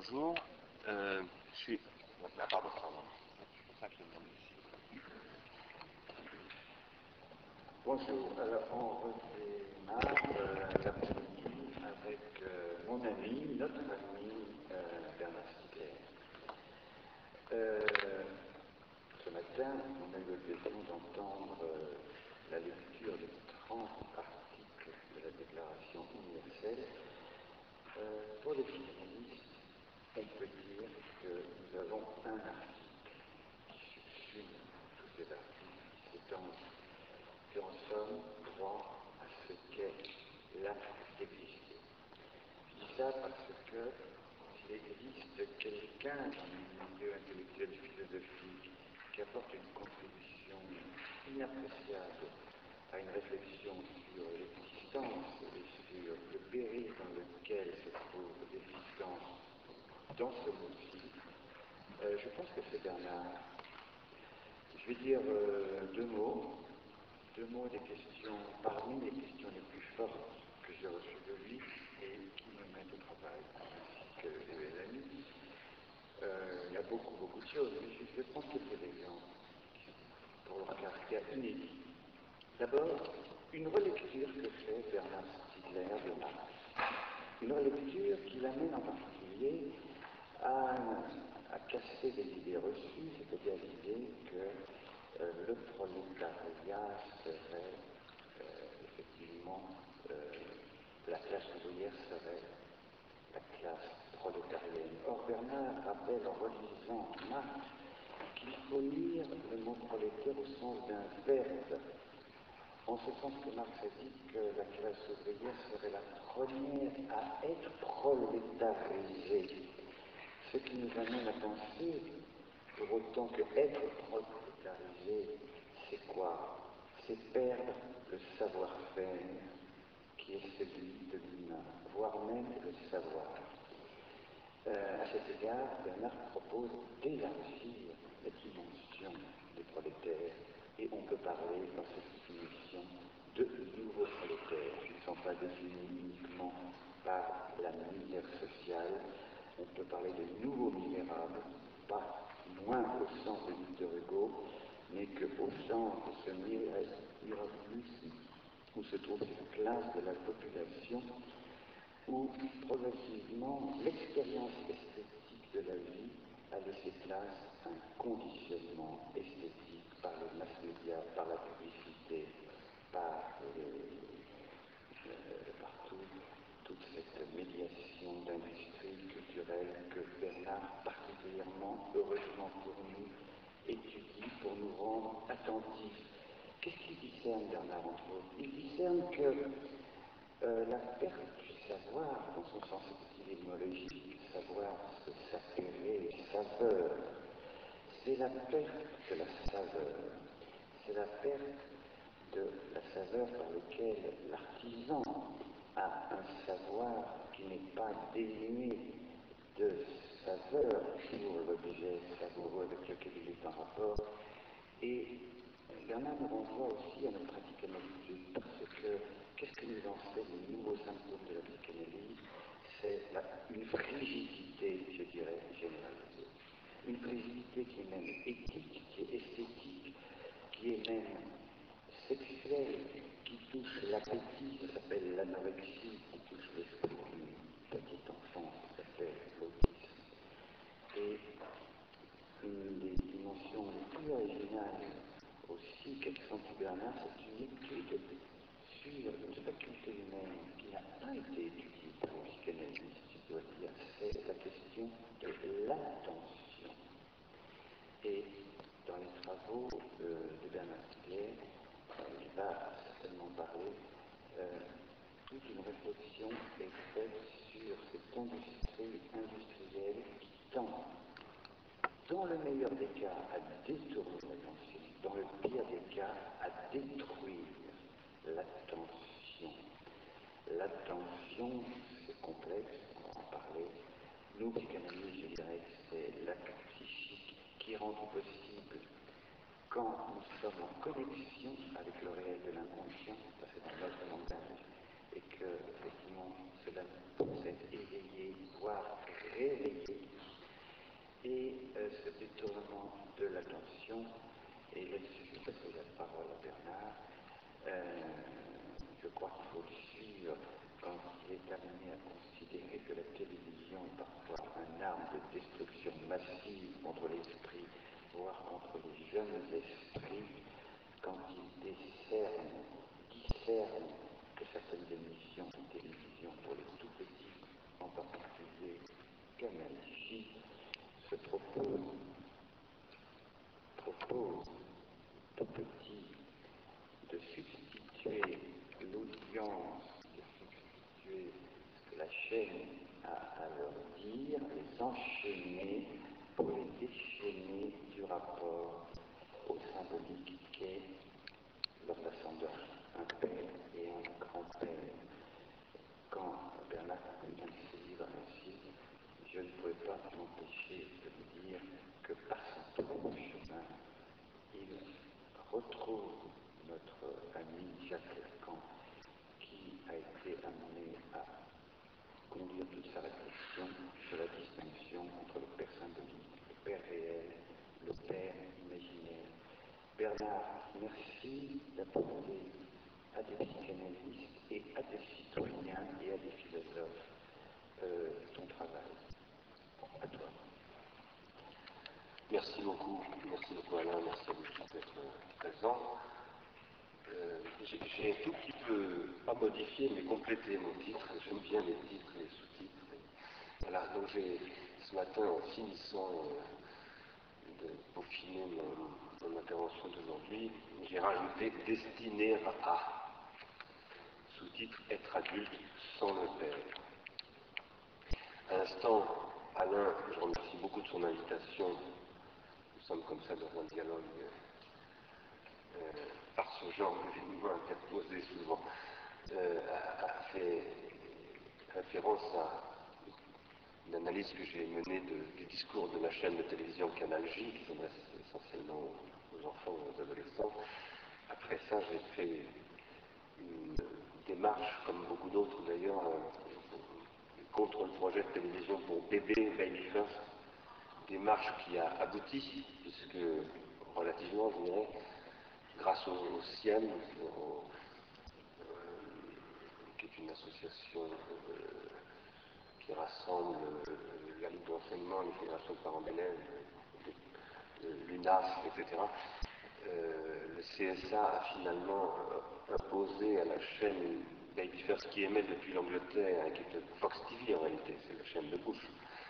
bonjour. Je suis... Ah, pardon. C'est pour ça que je demande ici. Bonjour. Alors, on redémarre l'après-midi avec mon ami, notre ami Bernard Stiegler. Ce matin, on a eu l'occasion d'entendre la lecture de 30 articles de la Déclaration universelle. Pour les psychanalystes, on peut dire que nous avons un article qui subsume tous ces articles, qui s'étendent, que en somme droit à ce qu'est l'acte d'exister. Je dis ça parce que s'il existe quelqu'un dans le milieu intellectuel philosophique qui apporte une contribution inappréciable à une réflexion sur l'existence et sur le péril dans lequel se trouve l'existence dans ce monde-ci, je pense que c'est Bernard. Je vais dire deux mots des questions, parmi les questions les plus fortes que j'ai reçues de lui et qui me mettent au travail, ainsi que les amis. Il y a beaucoup de choses, mais je vais prendre quelques exemples pour leur caractère inédit. D'abord, une relecture que fait Bernard Stiegler de Marx. Une relecture qui l'amène en particulier à casser des idées reçues, c'est-à-dire l'idée que le prolétariat serait effectivement, la classe ouvrière serait la classe prolétarienne. Or, Bernard rappelle en relisant Marx qu'il faut lire le mot prolétaire au sens d'un verbe, en ce sens que Marx a dit que la classe ouvrière serait la première à être prolétarisée. Ce qui nous amène à penser, pour autant que être prolétarisé, c'est quoi? C'est perdre le savoir-faire qui est celui de l'humain, voire même le savoir. À cet égard, Bernard propose d'élargir la dimension des prolétaires, et on peut parler dans cette définition de nouveaux prolétaires, qui ne sont pas définis uniquement par la misère sociale. On peut parler de nouveaux misérables, pas moins au sens de Victor Hugo, mais qu'au sens de ce mirabilisme où se trouve cette classe de la population où progressivement l'expérience esthétique de la vie a laissé place à un conditionnement esthétique par les mass médias, par la publicité, par toute cette médiation d'industrie culturelle que Bernard, particulièrement heureusement pour nous, étudie pour nous rendre attentifs. Qu'est-ce qu'il discerne, Bernard, entre autres? Il discerne que la perte du savoir, dans son sens étymologique, savoir se sapérer, saveur, c'est la perte de la saveur. C'est la perte de la saveur par laquelle l'artisan a un savoir qui n'est pas dénué de saveur pour l'objet savoureux avec lequel il est en rapport. Et Bernard nous renvoie aussi à notre pratique analytique, parce que qu'est-ce que nous enseigne les nouveaux symptômes de la psychanalyse? C'est une frigidité, je dirais, généralisée. Une frigidité qui est même éthique, qui est esthétique, qui est même sexuelle, qui touche l'appétit, ça s'appelle l'anorexie, qui touche l'esprit d'une petite enfant, ça s'appelle l'autisme. Et une des dimensions les plus originales aussi qu'accentue Bernard, c'est une étude sur une faculté humaine qui n'a pas été étudiée par les psychanalystes, je dois dire, c'est la question de l'attention. Et dans les travaux de Bernard Stiegler, il va certainement parler, toute une réflexion est faite sur cette industrie industrielle qui tend, dans le meilleur des cas, à détourner l'attention, dans le pire des cas, à détruire l'attention. L'attention, c'est complexe, on va en parler. Nous, psychanalystes, je dirais que c'est l'acte psychique qui rend possible, quand nous sommes en connexion avec le réel de l'inconscient, ça c'est dans notre langage, et que, effectivement, cela nous possède éveillé, voire réveillé, de l'attention. Et là-dessus, je vais passer la parole à Bernard. Je crois qu'il faut le suivre quand il est amené à considérer que la télévision est parfois une arme de destruction massive contre l'esprit, voire contre les jeunes esprits, quand il discerne que certaines émissions de télévision pour les tout petits, en particulier Canal J, se propose tout petit de substituer l'audience, de substituer ce que la chaîne a à leur dire, les enchaîner pour les déchaîner du rapport au symbolique qu'est leur ascendance, un père et un grand-père. Quand Bernard vient de se livre ainsi, je ne pouvais pas m'empêcher de me dire que par son propre chemin, il retrouve notre ami Jacques Lacan, qui a été amené à conduire toute sa réflexion sur la distinction entre le père symbolique, le père réel, le père imaginaire. Bernard, merci d'apporter à des psychanalystes et à des citoyens et à des philosophes ton travail. À toi. Merci beaucoup Alain, merci à vous tous d'être présents. J'ai un tout petit peu, pas modifié, mais complété mon titre. J'aime bien les titres, les sous-titres. Voilà, donc ce matin, en finissant de peaufiner mon intervention d'aujourd'hui, j'ai rajouté « Destiné à ». Sous-titre « Être adulte sans le père ». À l'instant, Alain, je remercie beaucoup de son invitation. Nous sommes comme ça dans un dialogue par ce genre d'événement interposé souvent, a fait référence à une analyse que j'ai menée du discours de la chaîne de télévision Canal J, qui s'adresse essentiellement aux enfants et aux adolescents. Après ça, j'ai fait une démarche, comme beaucoup d'autres d'ailleurs, contre le projet de télévision pour bébé Baby First, démarche qui a abouti, puisque relativement, je dirais, grâce au CIEM, qui est une association qui rassemble la Ligue d'enseignement, les fédérations de parents d'élèves, l'UNAF, etc. Le CSA a finalement imposé à la chaîne Baby First qui émet depuis l'Angleterre, et qui est Fox TV en réalité, c'est la chaîne de Bush,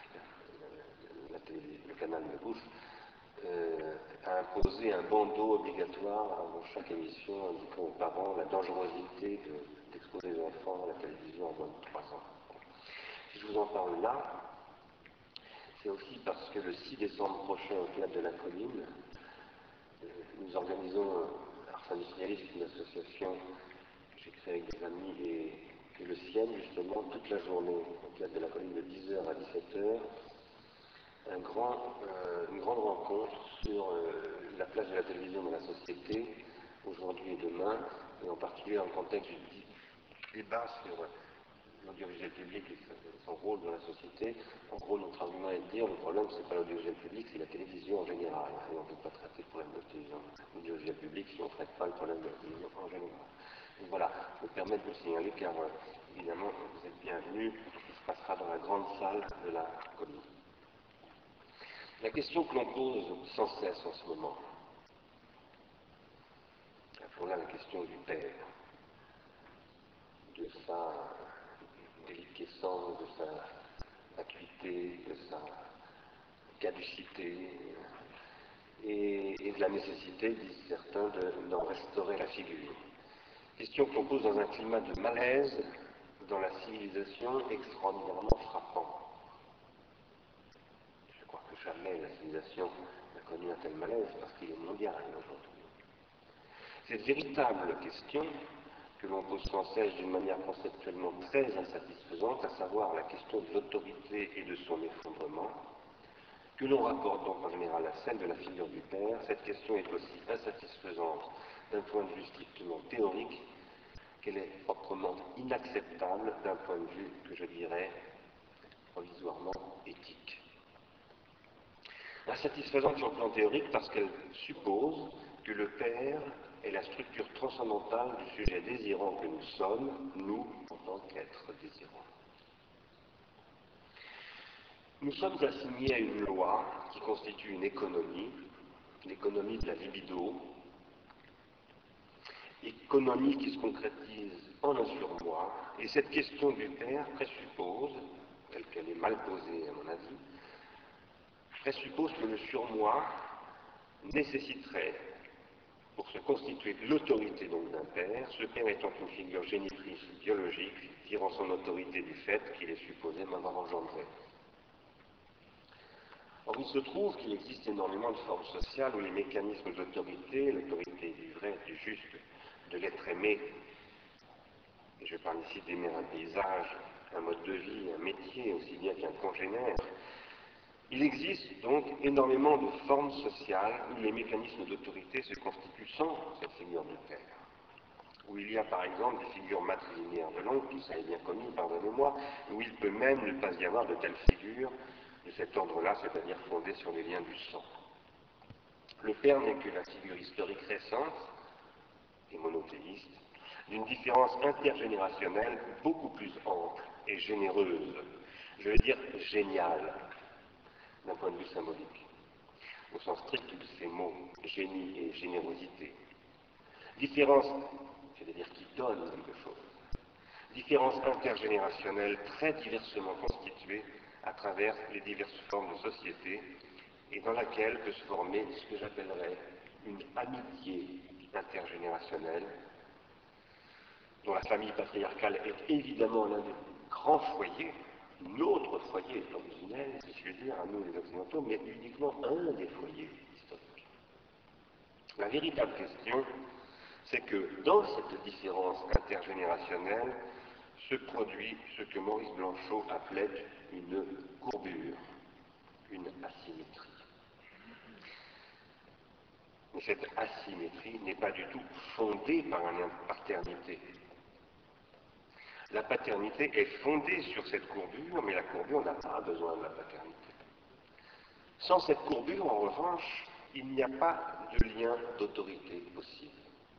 le canal de Bush, a imposé un bandeau obligatoire avant chaque émission indiquant aux parents la dangerosité d'exposer les enfants à la télévision à moins de 3 ans. Si je vous en parle là, c'est aussi parce que le 6 décembre prochain au Théâtre de la Colline, nous organisons Ars Industrialis, une association que j'ai créée avec des amis, et le CIEM, justement, toute la journée au Théâtre de la Colline de 10h à 17h, une grande rencontre sur la place de la télévision dans la société, aujourd'hui et demain, et en particulier en contexte du débat sur l'audiovisuel public et son rôle dans la société. En gros, notre argument est de dire le problème, c'est pas l'audiovisuel public, c'est la télévision en général. Et on ne peut pas traiter le problème de l'audiovisuel public si on ne traite pas le problème de la télévision en général. Donc voilà, je me permets de vous signaler car, évidemment, vous êtes bienvenus, ce qui se passera dans la grande salle de la Colline. La question que l'on pose sans cesse en ce moment, voilà la question du père, de sa déliquescence, de sa acuité, de sa caducité, et de la nécessité, disent certains, d'en restaurer la figure. Question que l'on pose dans un climat de malaise dans la civilisation extraordinairement frappant. Je crois que jamais la civilisation n'a connu un tel malaise parce qu'il est mondial aujourd'hui. Cette véritable question que l'on pose sans cesse d'une manière conceptuellement très insatisfaisante, à savoir la question de l'autorité et de son effondrement, que l'on rapporte donc en général à celle de la figure du père, cette question est aussi insatisfaisante d'un point de vue strictement théorique qu'elle est proprement inacceptable d'un point de vue que je dirais provisoirement éthique. À Insatisfaisante sur le plan théorique parce qu'elle suppose que le père est la structure transcendantale du sujet désirant que nous sommes, nous, en tant qu'êtres désirants. Nous sommes assignés à une loi qui constitue une économie, l'économie de la libido, économie qui se concrétise en un surmoi, et cette question du père présuppose, telle qu'elle est mal posée à mon avis, présuppose que le surmoi nécessiterait, pour se constituer l'autorité donc d'un père, ce père étant une figure génitrice biologique, tirant son autorité du fait qu'il est supposé m'avoir engendré. Or, il se trouve qu'il existe énormément de formes sociales où les mécanismes d'autorité, l'autorité du vrai, du juste, de l'être aimé, et je parle ici d'aimer un paysage, un mode de vie, un métier, aussi bien qu'un congénère, il existe donc énormément de formes sociales où les mécanismes d'autorité se constituent sans cette figure du père. Où il y a par exemple des figures matrilinéaires de l'oncle, ça est bien connu, pardonnez-moi, où il peut même ne pas y avoir de telles figures de cet ordre-là, c'est-à-dire fondées sur les liens du sang. Le père n'est que la figure historique récente et monothéiste d'une différence intergénérationnelle beaucoup plus ample et généreuse, je veux dire géniale, d'un point de vue symbolique, au sens strict de ces mots, génie et générosité. Différence, c'est-à-dire qui donne quelque chose. Différence intergénérationnelle très diversement constituée à travers les diverses formes de société et dans laquelle peut se former ce que j'appellerais une amitié intergénérationnelle dont la famille patriarcale est évidemment l'un des grands foyers, notre foyer originel, si je puis dire, à nous les Occidentaux, mais uniquement un des foyers historiques. La véritable question, c'est que dans cette différence intergénérationnelle se produit ce que Maurice Blanchot appelait une courbure, une asymétrie. Mais cette asymétrie n'est pas du tout fondée par un lien de paternité. La paternité est fondée sur cette courbure, mais la courbure n'a pas besoin de la paternité. Sans cette courbure, en revanche, il n'y a pas de lien d'autorité possible.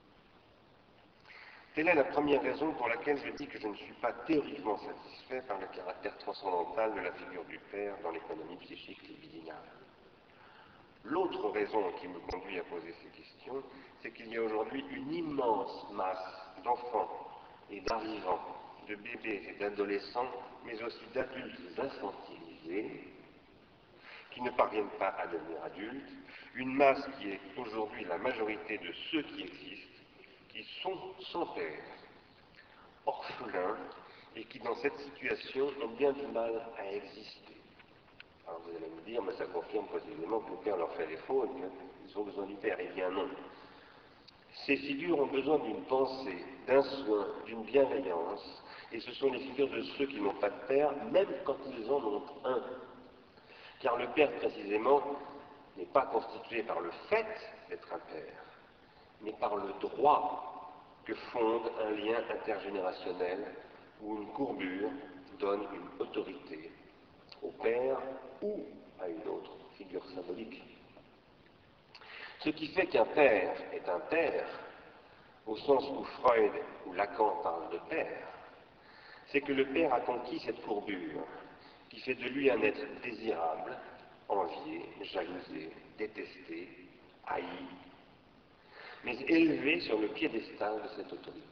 Telle est la première raison pour laquelle je dis que je ne suis pas théoriquement satisfait par le caractère transcendantal de la figure du père dans l'économie psychique libidinale. L'autre raison qui me conduit à poser ces questions, c'est qu'il y a aujourd'hui une immense masse d'enfants et d'arrivants, de bébés et d'adolescents, mais aussi d'adultes infantilisés, qui ne parviennent pas à devenir adultes, une masse qui est aujourd'hui la majorité de ceux qui existent, qui sont sans père, orphelins, et qui dans cette situation ont bien du mal à exister. Alors vous allez me dire, mais ça confirme précisément que le père leur fait défaut et qu'ils ont besoin du père. Eh bien non. Ces figures ont besoin d'une pensée, d'un soin, d'une bienveillance, et ce sont les figures de ceux qui n'ont pas de père, même quand ils en ont un. Car le père, précisément, n'est pas constitué par le fait d'être un père, mais par le droit que fonde un lien intergénérationnel où une courbure donne une autorité au père ou à une autre figure symbolique. Ce qui fait qu'un père est un père, au sens où Freud ou Lacan parlent de père, c'est que le père a conquis cette courbure qui fait de lui un être désirable, envié, jalousé, détesté, haï, mais élevé sur le piédestal de cette autorité.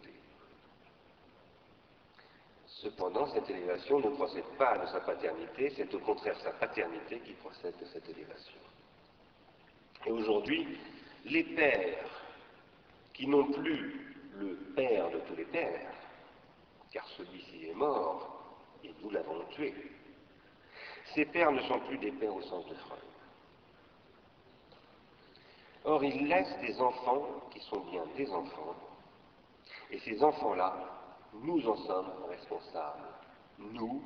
Cependant, cette élévation ne procède pas de sa paternité, c'est au contraire sa paternité qui procède de cette élévation. Et aujourd'hui, les pères qui n'ont plus le père de tous les pères, car celui-ci est mort et nous l'avons tué, ces pères ne sont plus des pères au sens de Freud. Or, ils laissent des enfants qui sont bien des enfants, et ces enfants-là, nous en sommes responsables, nous,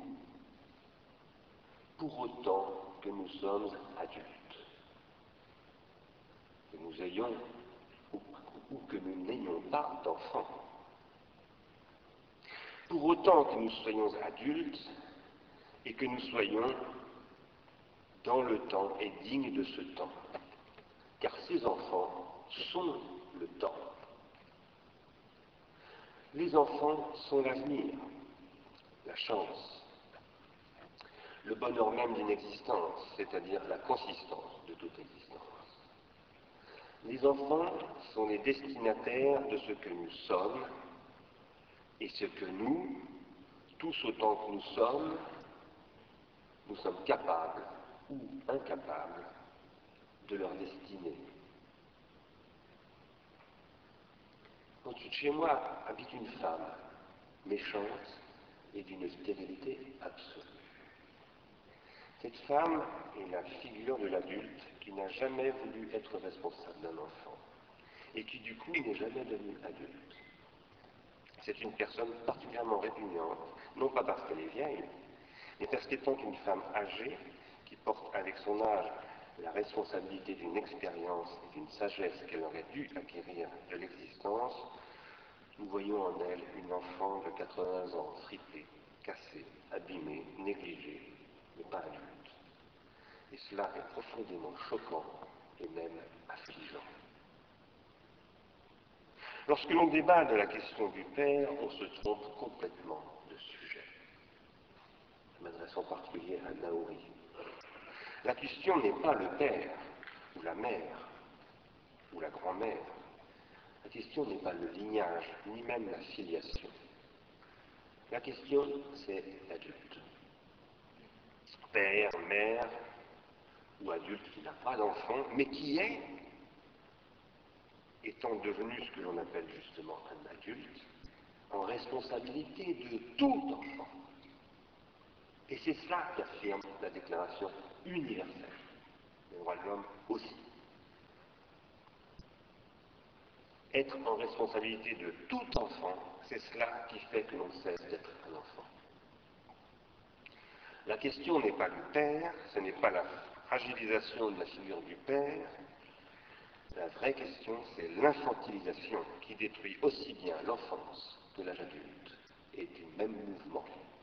pour autant que nous sommes adultes, que nous ayons ou que nous n'ayons pas d'enfants. Pour autant que nous soyons adultes et que nous soyons dans le temps et digne de ce temps, car ces enfants sont le temps. Les enfants sont l'avenir, la chance, le bonheur même d'une existence, c'est-à-dire la consistance de toute existence. Les enfants sont les destinataires de ce que nous sommes et ce que nous, tous autant que nous sommes capables ou incapables de leur destinée. Au-dessus de chez moi habite une femme méchante et d'une stérilité absolue. Cette femme est la figure de l'adulte qui n'a jamais voulu être responsable d'un enfant et qui du coup n'est jamais devenu adulte. C'est une personne particulièrement répugnante, non pas parce qu'elle est vieille, mais parce qu'étant une femme âgée, qui porte avec son âge la responsabilité d'une expérience et d'une sagesse qu'elle aurait dû acquérir de l'existence, nous voyons en elle une enfant de 80 ans, fripée, cassée, abîmée, négligée, mais pas adulte. Et cela est profondément choquant et même affligeant. Lorsque l'on débat de la question du père, on se trompe complètement de sujet. Je m'adresse en particulier à Naori. La question n'est pas le père, ou la mère, ou la grand-mère. La question n'est pas le lignage, ni même la filiation. La question, c'est l'adulte. Père, mère, ou adulte qui n'a pas d'enfant, mais qui est, étant devenu ce que l'on appelle justement un adulte, en responsabilité de tout enfant. Et c'est cela qu'affirme la Déclaration universelle des droits de l'homme aussi. Être en responsabilité de tout enfant, c'est cela qui fait que l'on cesse d'être un enfant. La question n'est pas le père, ce n'est pas la fragilisation de la figure du père. La vraie question, c'est l'infantilisation qui détruit aussi bien l'enfance que l'âge adulte, et du même mouvement.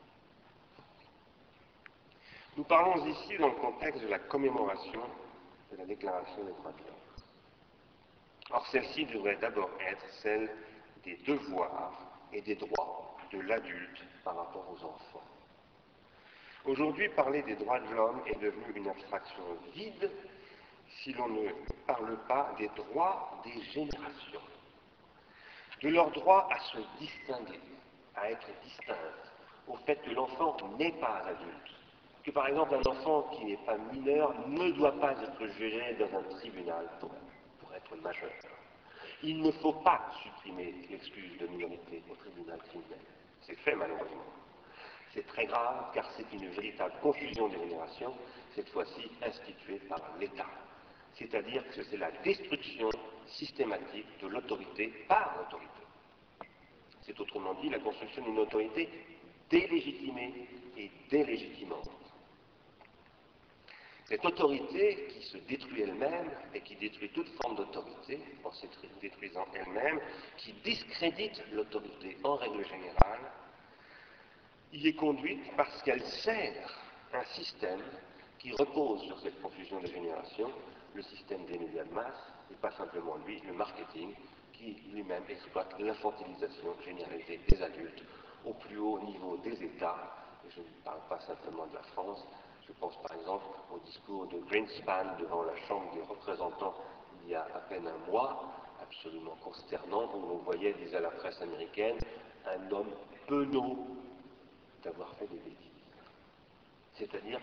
Nous parlons ici dans le contexte de la commémoration de la Déclaration des droits de l'homme. Or, celle-ci devrait d'abord être celle des devoirs et des droits de l'adulte par rapport aux enfants. Aujourd'hui, parler des droits de l'homme est devenu une abstraction vide si l'on ne parle pas des droits des générations, de leur droit à se distinguer, à être distinct, au fait que l'enfant n'est pas adulte, que par exemple un enfant qui n'est pas mineur ne doit pas être jugé dans un tribunal pour être majeur. Il ne faut pas supprimer l'excuse de minorité au tribunal criminel. C'est fait malheureusement. C'est très grave car c'est une véritable confusion des générations, cette fois-ci instituée par l'État. C'est-à-dire que c'est la destruction systématique de l'autorité par l'autorité. C'est autrement dit la construction d'une autorité délégitimée et délégitimante. Cette autorité qui se détruit elle-même et qui détruit toute forme d'autorité en se détruisant elle-même, qui discrédite l'autorité en règle générale, y est conduite parce qu'elle sert un système qui repose sur cette confusion des générations, le système des médias de masse, et pas simplement lui, le marketing, qui lui-même exploite l'infantilisation généralisée des adultes au plus haut niveau des États. Et je ne parle pas simplement de la France, je pense par exemple au discours de Greenspan devant la Chambre des représentants il y a à peine un mois, absolument consternant, où l'on voyait, disait la presse américaine, un homme penaud d'avoir fait des bêtises. C'est-à-dire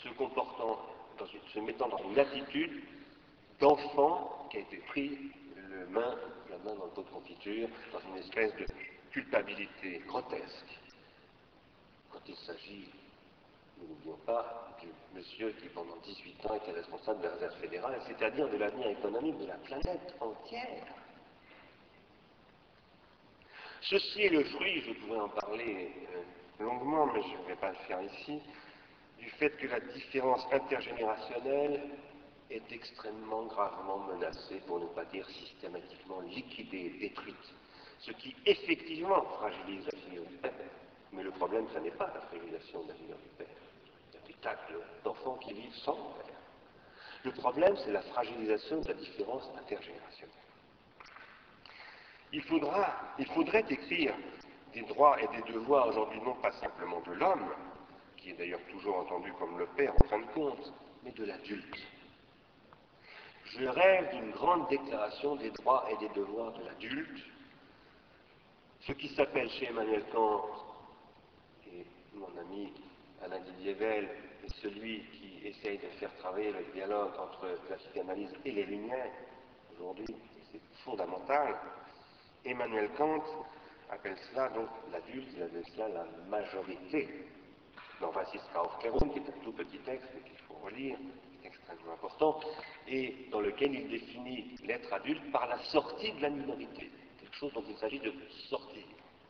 se mettant dans une attitude d'enfant qui a été pris la main dans le pot de confiture, dans une espèce de culpabilité grotesque. Quand il s'agit, nous n'oublions pas, du monsieur qui pendant 18 ans était responsable de la réserve fédérale, c'est-à-dire de l'avenir économique de la planète entière. Ceci est le fruit, je pourrais en parler longuement, mais je ne vais pas le faire ici, du fait que la différence intergénérationnelle est extrêmement gravement menacée, pour ne pas dire systématiquement liquidée et détruite, ce qui effectivement fragilise la figure du père. Mais le problème, ce n'est pas la fragilisation de la figure du père. tas d'enfants qui vivent sans père. Le problème, c'est la fragilisation de la différence intergénérationnelle. Il faudrait écrire des droits et des devoirs aujourd'hui, non pas simplement de l'homme, qui est d'ailleurs toujours entendu comme le père en fin de compte, mais de l'adulte. Je rêve d'une grande déclaration des droits et des devoirs de l'adulte, ce qui s'appelle chez Emmanuel Kant, et mon ami Alain Didier-Velle est celui qui essaye de faire travailler le dialogue entre la psychanalyse et les Lumières, aujourd'hui, c'est fondamental. Emmanuel Kant appelle cela donc l'adulte, il appelle cela la majorité. Dans Was ist Aufklärung, qui est un tout petit texte qu'il faut relire, qui est extrêmement important, et dans lequel il définit l'être adulte par la sortie de la minorité, quelque chose dont il s'agit de sortir.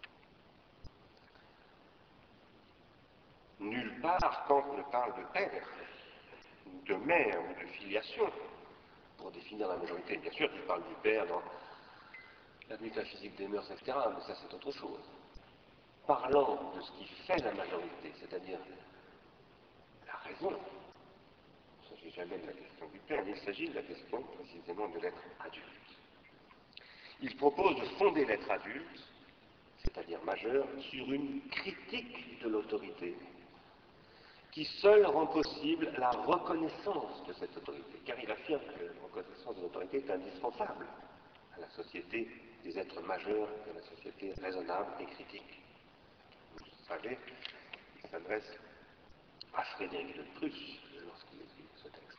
Nulle part Kant ne parle de père, de mère ou de filiation pour définir la majorité. Bien sûr, il parle du père dans la métaphysique des mœurs, etc., mais ça c'est autre chose. Parlant de ce qui fait la majorité, c'est-à-dire la raison, il ne s'agit jamais de la question du père, mais il s'agit de la question précisément de l'être adulte. Il propose de fonder l'être adulte, c'est-à-dire majeur, sur une critique de l'autorité, qui seule rend possible la reconnaissance de cette autorité, car il affirme que la reconnaissance de l'autorité est indispensable à la société des êtres majeurs, à la société raisonnable et critique. Vous savez, il s'adresse à Frédéric de Prusse lorsqu'il écrit ce texte.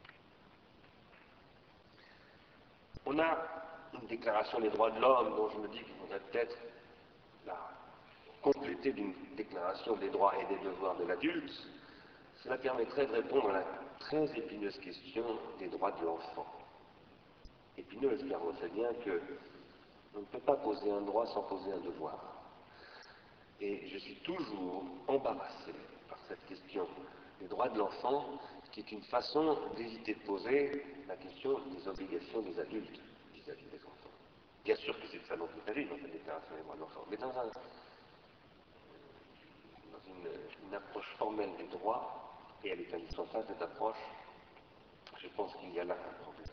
On a une déclaration des droits de l'homme dont je me dis qu'il faudrait peut-être la compléter d'une déclaration des droits et des devoirs de l'adulte. Cela permettrait de répondre à la très épineuse question des droits de l'enfant. Épineuse, car on sait bien qu'on ne peut pas poser un droit sans poser un devoir. Et je suis toujours embarrassé par cette question des droits de l'enfant, qui est une façon d'éviter de poser la question des obligations des adultes vis-à-vis des enfants. Bien sûr que c'est de ça dont il s'agit dans cette déclaration des droits de l'enfant, mais dans une approche formelle des droits, et elle est indispensable cette approche, je pense qu'il y a là un problème.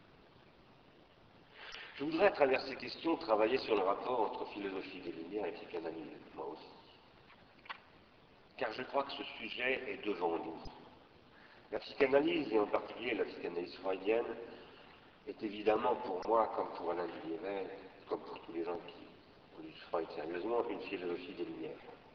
Je voudrais, à travers ces questions, travailler sur le rapport entre philosophie des Lumières et psychanalyse, moi aussi. Car je crois que ce sujet est devant nous. La psychanalyse, et en particulier la psychanalyse freudienne, est évidemment pour moi, comme pour Alain Didier-Velle, comme pour tous les gens qui lisent Freud sérieusement, une philosophie des Lumières.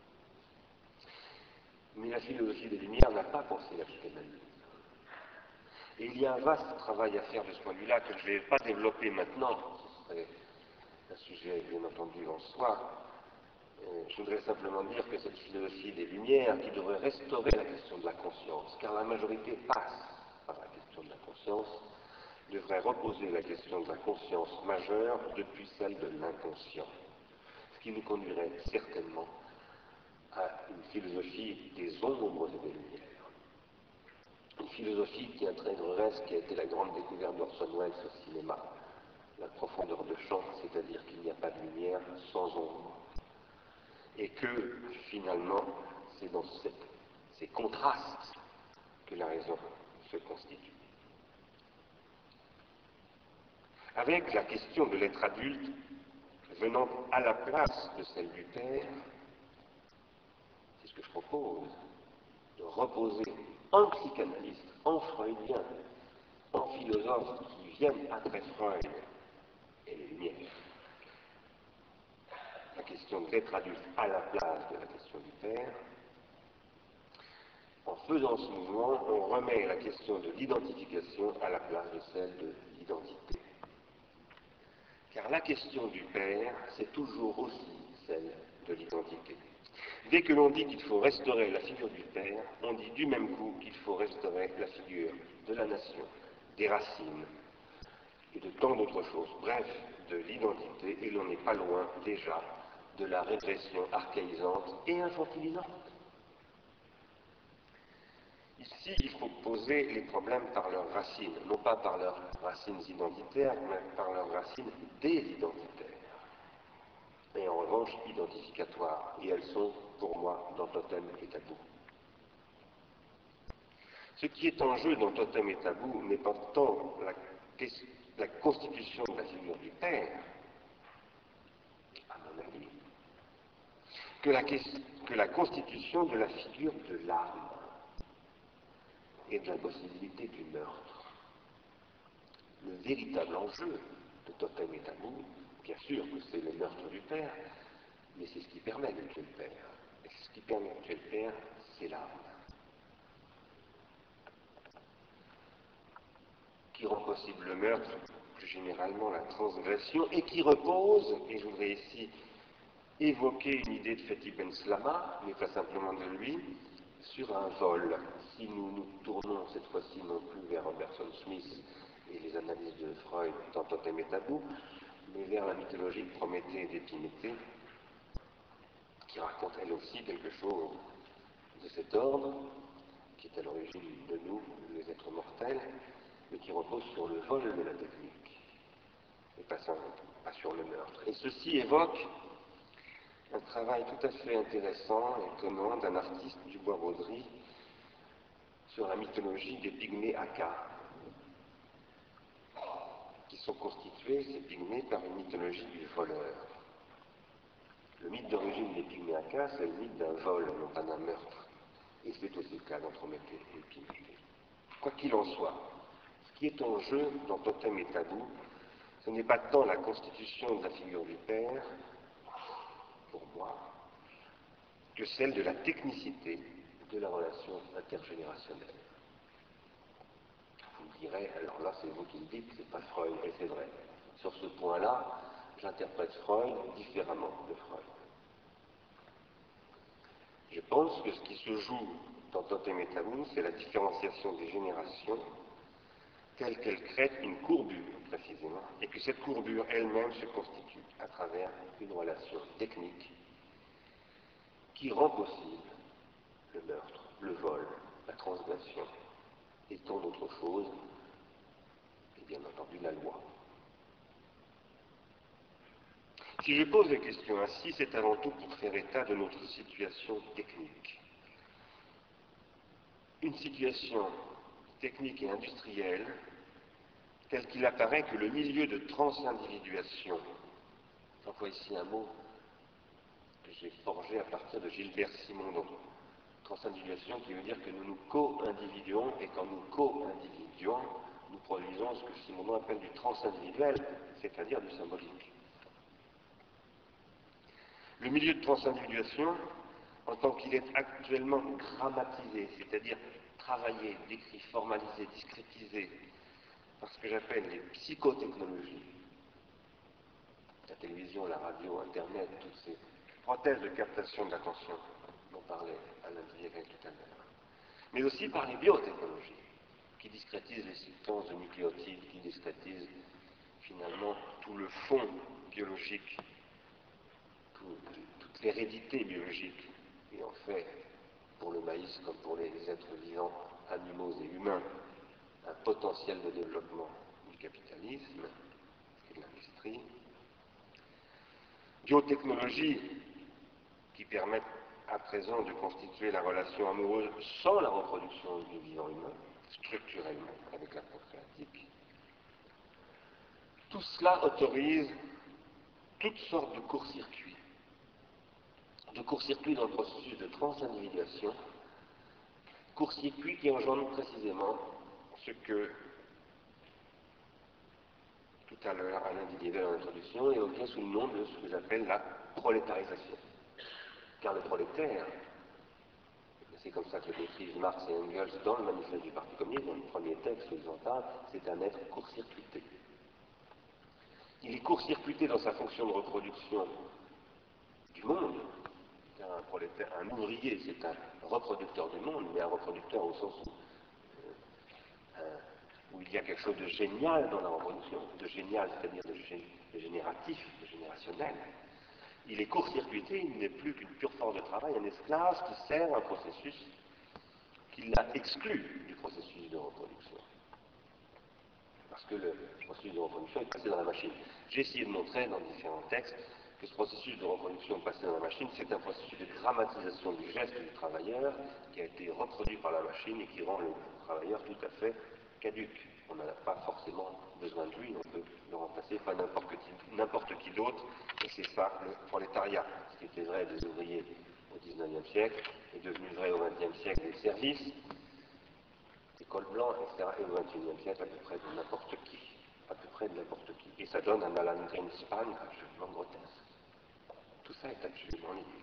Mais la philosophie des Lumières n'a pas pensé la psychanalyse. Et il y a un vaste travail à faire de ce point de vue-là que je ne vais pas développer maintenant, ce serait un sujet bien entendu en soi. Je voudrais simplement dire que cette philosophie des Lumières, qui devrait restaurer la question de la conscience, car la majorité passe par la question de la conscience, devrait reposer la question de la conscience majeure depuis celle de l'inconscient, ce qui nous conduirait certainement à une philosophie des ombres et des lumières. Une philosophie qui intégrerait ce qui a été la grande découverte d'Orson Welles au cinéma, la profondeur de champ, c'est-à-dire qu'il n'y a pas de lumière sans ombre. Et que, finalement, c'est dans ces contrastes que la raison se constitue. Avec la question de l'être adulte venant à la place de celle du père, c'est ce que je propose, de reposer en psychanalyste, en freudien, en philosophe qui viennent après Freud et les Lumières, la question de l'être adulte à la place de la question du père. En faisant ce mouvement, on remet la question de l'identification à la place de celle de l'identité. Car la question du père, c'est toujours aussi celle de l'identité. Dès que l'on dit qu'il faut restaurer la figure du père, on dit du même coup qu'il faut restaurer la figure de la nation, des racines et de tant d'autres choses. Bref, de l'identité, et l'on n'est pas loin déjà de la régression archaïsante et infantilisante. Ici, il faut poser les problèmes par leurs racines, non pas par leurs racines identitaires, mais par leurs racines désidentitaires. Et en revanche, identificatoires. Et elles sont, pour moi, dans Totem et Tabou. Ce qui est en jeu dans Totem et Tabou n'est pas tant la constitution de la figure du père, à mon avis, que la constitution de la figure de l'âme et de la possibilité du meurtre. Le véritable enjeu de Totem et Tabou, bien sûr que c'est le meurtre du père, mais c'est ce qui permet de tuer le père. Et ce qui permet de tuer le père, c'est l'âme. Qui rend possible le meurtre, plus généralement la transgression, et qui repose, et je voudrais ici évoquer une idée de Fethi Ben Slama, mais pas simplement de lui, sur un vol. Si nous nous tournons cette fois-ci non plus vers Robertson Smith et les analyses de Freud dans Totem et Tabou, mais vers la mythologie de Prométhée et d'Épiméthée, qui raconte elle aussi quelque chose de cet ordre, qui est à l'origine de nous, les êtres mortels, mais qui repose sur le vol de la technique, et pas sur le meurtre. Et ceci évoque un travail tout à fait intéressant et étonnant d'un artiste du Bois-Baudry sur la mythologie des pygmées Aka, qui sont constitués, ces pygmées, par une mythologie du voleur. Le mythe d'origine des pygmées Aka, c'est le mythe d'un vol, non pas d'un meurtre. Et c'est aussi le cas dans Prométhée et Épiméthée. Quoi qu'il en soit, ce qui est en jeu dans Totem et Tabou, ce n'est pas tant la constitution de la figure du père, pour moi, que celle de la technicité de la relation intergénérationnelle. Vous me direz, alors là c'est vous qui le dites, c'est pas Freud, et c'est vrai. Sur ce point-là, j'interprète Freud différemment de Freud. Je pense que ce qui se joue dans Totem et Tabou, c'est la différenciation des générations telle qu'elle crée une courbure, précisément, et que cette courbure elle-même se constitue à travers une relation technique qui rend possible le meurtre, le vol, la transgression, et tant d'autres choses, et bien entendu la loi. Si je pose la question ainsi, c'est avant tout pour faire état de notre situation technique. Une situation technique et industrielle telle qu'il apparaît que le milieu de transindividuation, j'emploie ici un mot que j'ai forgé à partir de Gilbert Simondon, transindividuation qui veut dire que nous nous co-individuons, et quand nous co-individuons, nous produisons ce que Simondon appelle du transindividuel, c'est-à-dire du symbolique. Le milieu de transindividuation, en tant qu'il est actuellement grammatisé, c'est-à-dire travaillé, décrit, formalisé, discrétisé, par ce que j'appelle les psychotechnologies, la télévision, la radio, Internet, toutes ces prothèses de captation de l'attention dont parlait Alain Vieira tout à l'heure, mais aussi par les biotechnologies, qui discrétisent les substances de nucléotides, qui discrétisent finalement tout le fond biologique, toute l'hérédité biologique, et en fait, pour le maïs comme pour les êtres vivants, animaux et humains, un potentiel de développement du capitalisme et de l'industrie. Biotechnologies qui permettent à présent de constituer la relation amoureuse sans la reproduction du vivant humain, structurellement, avec la procréatique. Tout cela autorise toutes sortes de court-circuits. De court-circuits dans le processus de transindividuation, court-circuits qui engendrent précisément ce que tout à l'heure Alain Didier dans l'introduction évoquait sous le nom de ce que j'appelle la prolétarisation. Car le prolétaire, c'est comme ça que le décrivent Marx et Engels dans le manifeste du Parti communiste, dans le premier texte qu'ils en parlent, c'est un être court-circuité. Il est court-circuité dans sa fonction de reproduction du monde. Un prolétaire, un ouvrier, c'est un reproducteur du monde, mais un reproducteur au sens où il y a quelque chose de génial dans la reproduction, de génial, c'est-à-dire de génératif, de générationnel. Il est court-circuité, il n'est plus qu'une pure force de travail, un esclave qui sert un processus qui l'a exclu du processus de reproduction. Parce que le processus de reproduction est passé dans la machine. J'ai essayé de montrer dans différents textes que ce processus de reproduction passé dans la machine, c'est un processus de dramatisation du geste du travailleur qui a été reproduit par la machine et qui rend le travailleur tout à fait caduque. On n'a pas forcément besoin de lui, on peut le remplacer par n'importe qui d'autre, et c'est ça le prolétariat. Ce qui était vrai des ouvriers au XIXe siècle est devenu vrai au XXe siècle des services, des cols blancs, etc. Et au XXIe siècle à peu près de n'importe qui. À peu près de n'importe qui. Et ça donne un Alan Greenspan absolument grotesque. Tout ça est absolument lié.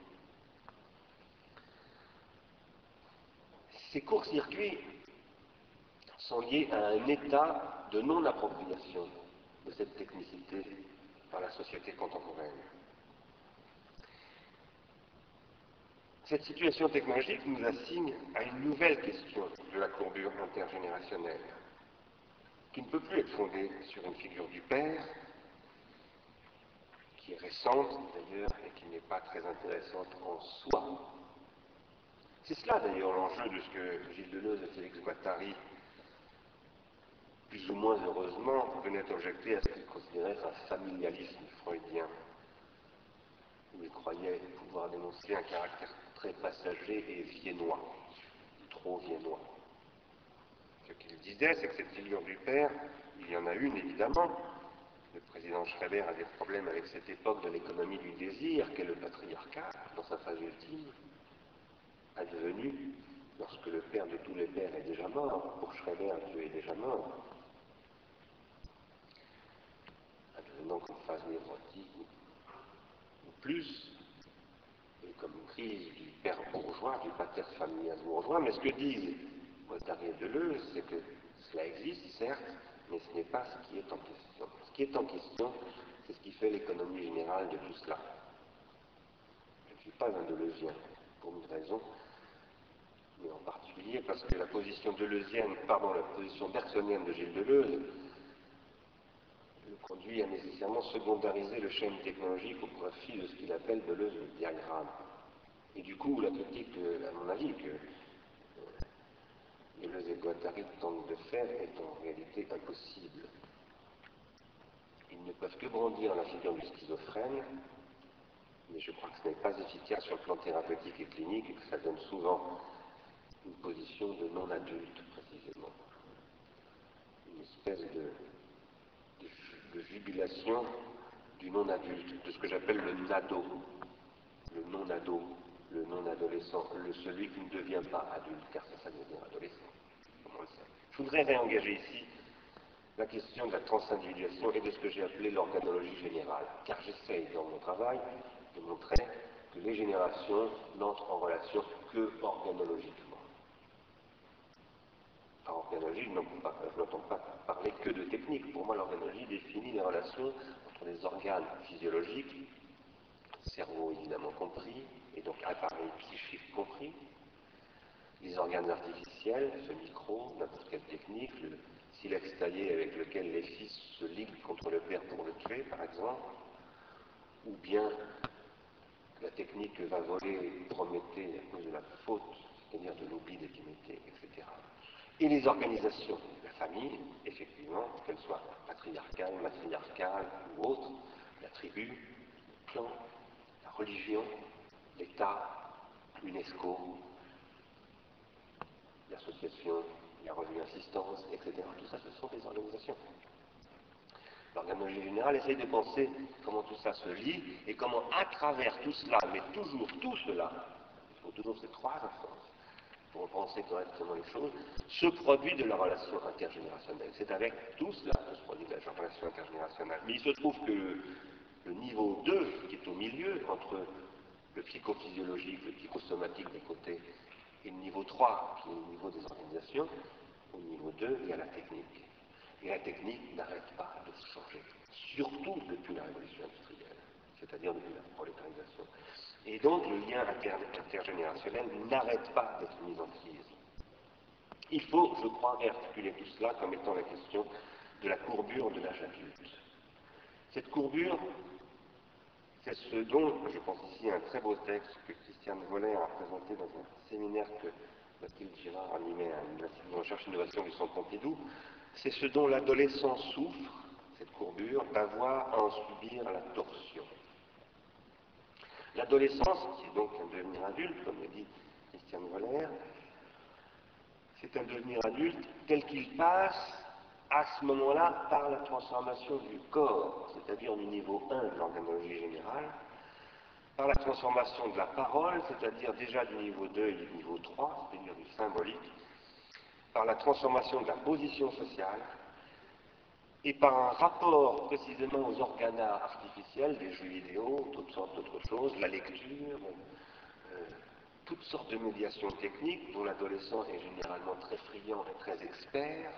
Ces courts-circuits sont liés à un état de non-appropriation de cette technicité par la société contemporaine. Cette situation technologique nous assigne à une nouvelle question de la courbure intergénérationnelle, qui ne peut plus être fondée sur une figure du père, qui est récente d'ailleurs et qui n'est pas très intéressante en soi. C'est cela d'ailleurs l'enjeu de ce que Gilles Deleuze et Félix Guattari, plus ou moins heureusement, venaient objecter à ce qu'ils considéraient un familialisme freudien, où ils croyaient pouvoir dénoncer un caractère très passager et viennois, trop viennois. Ce qu'ils disaient, c'est que cette figure du père, il y en a une évidemment. Le président Schreiber a des problèmes avec cette époque de l'économie du désir qu'est le patriarcat, dans sa phase ultime, advenu lorsque le père de tous les pères est déjà mort. Pour Schreiber, Dieu est déjà mort. Advenant comme phase névrotique, ou plus, et comme crise du père bourgeois, du pater familias bourgeois. Mais ce que disent Guattari et Deleuze, c'est que cela existe, certes, mais ce n'est pas ce qui est en question. Ce qui est en question, c'est ce qui fait l'économie générale de tout cela. Je ne suis pas un deleuzien, pour une raison, mais en particulier parce que la position bergsonienne de Gilles Deleuze le conduit à nécessairement secondariser le schème technologique au profit de ce qu'il appelle Deleuze le diagramme. Et du coup, la critique, à mon avis, que Deleuze et Guattari tentent de faire est en réalité impossible. Ils ne peuvent que brandir la figure du schizophrène, mais je crois que ce n'est pas efficace sur le plan thérapeutique et clinique et que ça donne souvent une position de non-adulte, précisément. Une espèce de jubilation du non-adulte, de ce que j'appelle le nado, le non-ado, le non-adolescent, celui qui ne devient pas adulte, car c'est ça de devenir adolescent, comme on le sait. Je voudrais réengager ici la question de la transindividuation et de ce que j'ai appelé l'organologie générale, car j'essaye dans mon travail de montrer que les générations n'entrent en relation que organologiquement. Par organologie, je n'entends pas parler que de technique. Pour moi, l'organologie définit les relations entre les organes physiologiques, cerveau évidemment compris, et donc appareil psychique compris, les organes artificiels, ce micro, n'importe quelle technique, le silex taillé avec lequel les fils se liguent contre le père pour le tuer, par exemple, ou bien la technique que va voler Prométhée à cause de la faute, c'est-à-dire de l'oubli d'Épiméthée, etc. Et les organisations, la famille, effectivement, qu'elle soit patriarcale, matriarcale ou autre, la tribu, le clan, la religion, l'État, l'UNESCO, l'association, la revue assistance, etc. Tout ça, ce sont des organisations. L'organologie générale essaye de penser comment tout ça se lie et comment à travers tout cela, mais toujours tout cela, il faut toujours ces trois instances pour penser correctement les choses, se produit de la relation intergénérationnelle. C'est avec tout cela que se produit de la relation intergénérationnelle. Mais il se trouve que le niveau 2, qui est au milieu, entre le psychophysiologique, le psychosomatique d'un côté, et le niveau 3, qui est le niveau des organisations, au niveau 2, il y a la technique. Et la technique n'arrête pas de se changer, surtout depuis la révolution industrielle, c'est-à-dire depuis la prolétarisation. Et donc le lien intergénérationnel n'arrête pas d'être mis en crise. Il faut, je crois, réarticuler tout cela comme étant la question de la courbure de l'âge adulte. Cette courbure, c'est ce dont, je pense ici à un très beau texte que Christiane Voller a présenté dans un séminaire que Mathilde Girard animait à l'Institut de recherche et innovation du Centre Pompidou, c'est ce dont l'adolescent souffre, cette courbure, d'avoir à en subir la torsion. L'adolescence, qui est donc un devenir adulte, comme le dit Christiane Voller, c'est un devenir adulte tel qu'il passe à ce moment-là par la transformation du corps, c'est-à-dire du niveau 1 de l'organologie générale, par la transformation de la parole, c'est-à-dire déjà du niveau 2 et du niveau 3, c'est-à-dire du symbolique, par la transformation de la position sociale, et par un rapport précisément aux organes artificiels, des jeux vidéo, toutes sortes d'autres choses, la lecture, toutes sortes de médiations techniques dont l'adolescent est généralement très friand et très expert.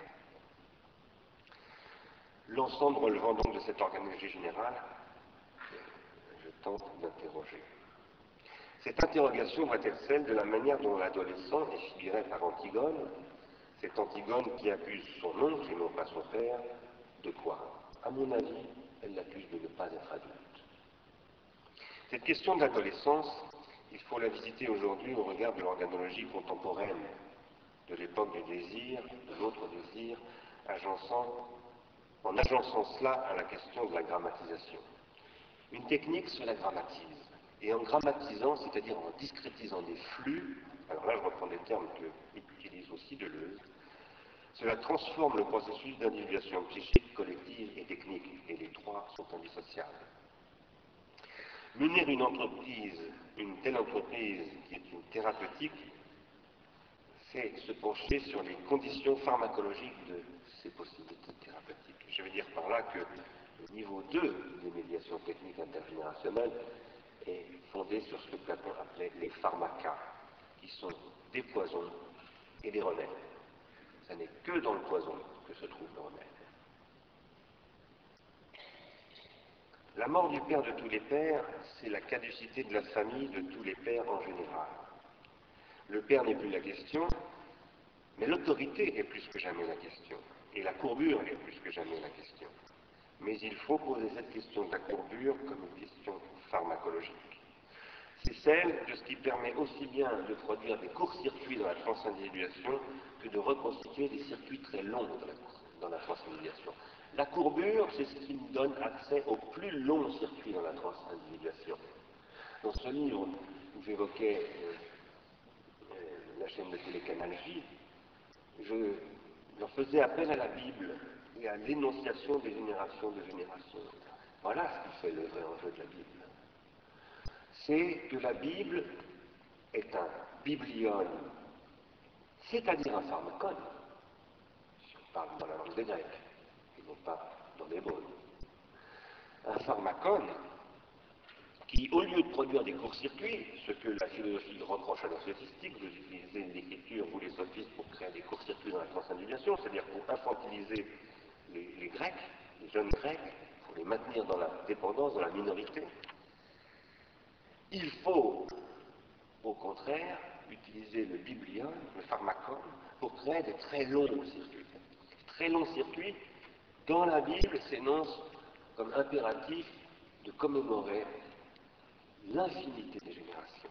L'ensemble relevant donc de cette organologie générale, je tente d'interroger. Cette interrogation va être celle de la manière dont l'adolescent est figuré par Antigone, cette Antigone qui accuse son oncle et non pas son père, de quoi? À mon avis, elle l'accuse de ne pas être adulte. Cette question de l'adolescence, il faut la visiter aujourd'hui au regard de l'organologie contemporaine, de l'époque du désir, de l'autre désir, en agençant cela à la question de la grammatisation. Une technique se la grammatise, et en grammatisant, c'est-à-dire en discrétisant des flux, alors là je reprends des termes que utilise aussi Deleuze, cela transforme le processus d'individuation psychique, collective et technique, et les trois sont indissociables. Mener une telle entreprise qui est une thérapeutique, c'est se pencher sur les conditions pharmacologiques de ces possibilités thérapeutiques. Je veux dire par là que le niveau 2 des médiations techniques intergénérationnelles est fondé sur ce que Platon appelait les pharmacas, qui sont des poisons et des remèdes. Ce n'est que dans le poison que se trouve le remède. La mort du père de tous les pères, c'est la caducité de la famille de tous les pères en général. Le père n'est plus la question, mais l'autorité est plus que jamais la question, et la courbure est plus que jamais la question. Mais il faut poser cette question de la courbure comme une question pharmacologique. C'est celle de ce qui permet aussi bien de produire des courts-circuits dans la transindividuation que de reconstituer des circuits très longs dans la transindividuation. La courbure, c'est ce qui nous donne accès aux plus longs circuits dans la transindividuation. Dans ce livre où j'évoquais la chaîne de télécanal J, je faisais appel à la Bible et à l'énonciation des générations de générations. Voilà ce qui fait le vrai enjeu de la Bible. C'est que la Bible est un biblion, c'est-à-dire un pharmacone, si on parle dans la langue des Grecs, et non pas dans l'hébreu. Un pharmacone qui, au lieu de produire des courts-circuits, ce que la philosophie reproche à la sophistique, vous utilisez l'écriture, vous les sophistes, pour créer des courts-circuits dans la transindividuation, c'est-à-dire pour infantiliser les Grecs, les jeunes Grecs, pour les maintenir dans la dépendance, dans la minorité. Il faut, au contraire, utiliser le biblion, le pharmacone, pour créer des très longs circuits. Très longs circuits, dans la Bible, s'énonce comme impératif de commémorer l'infinité des générations.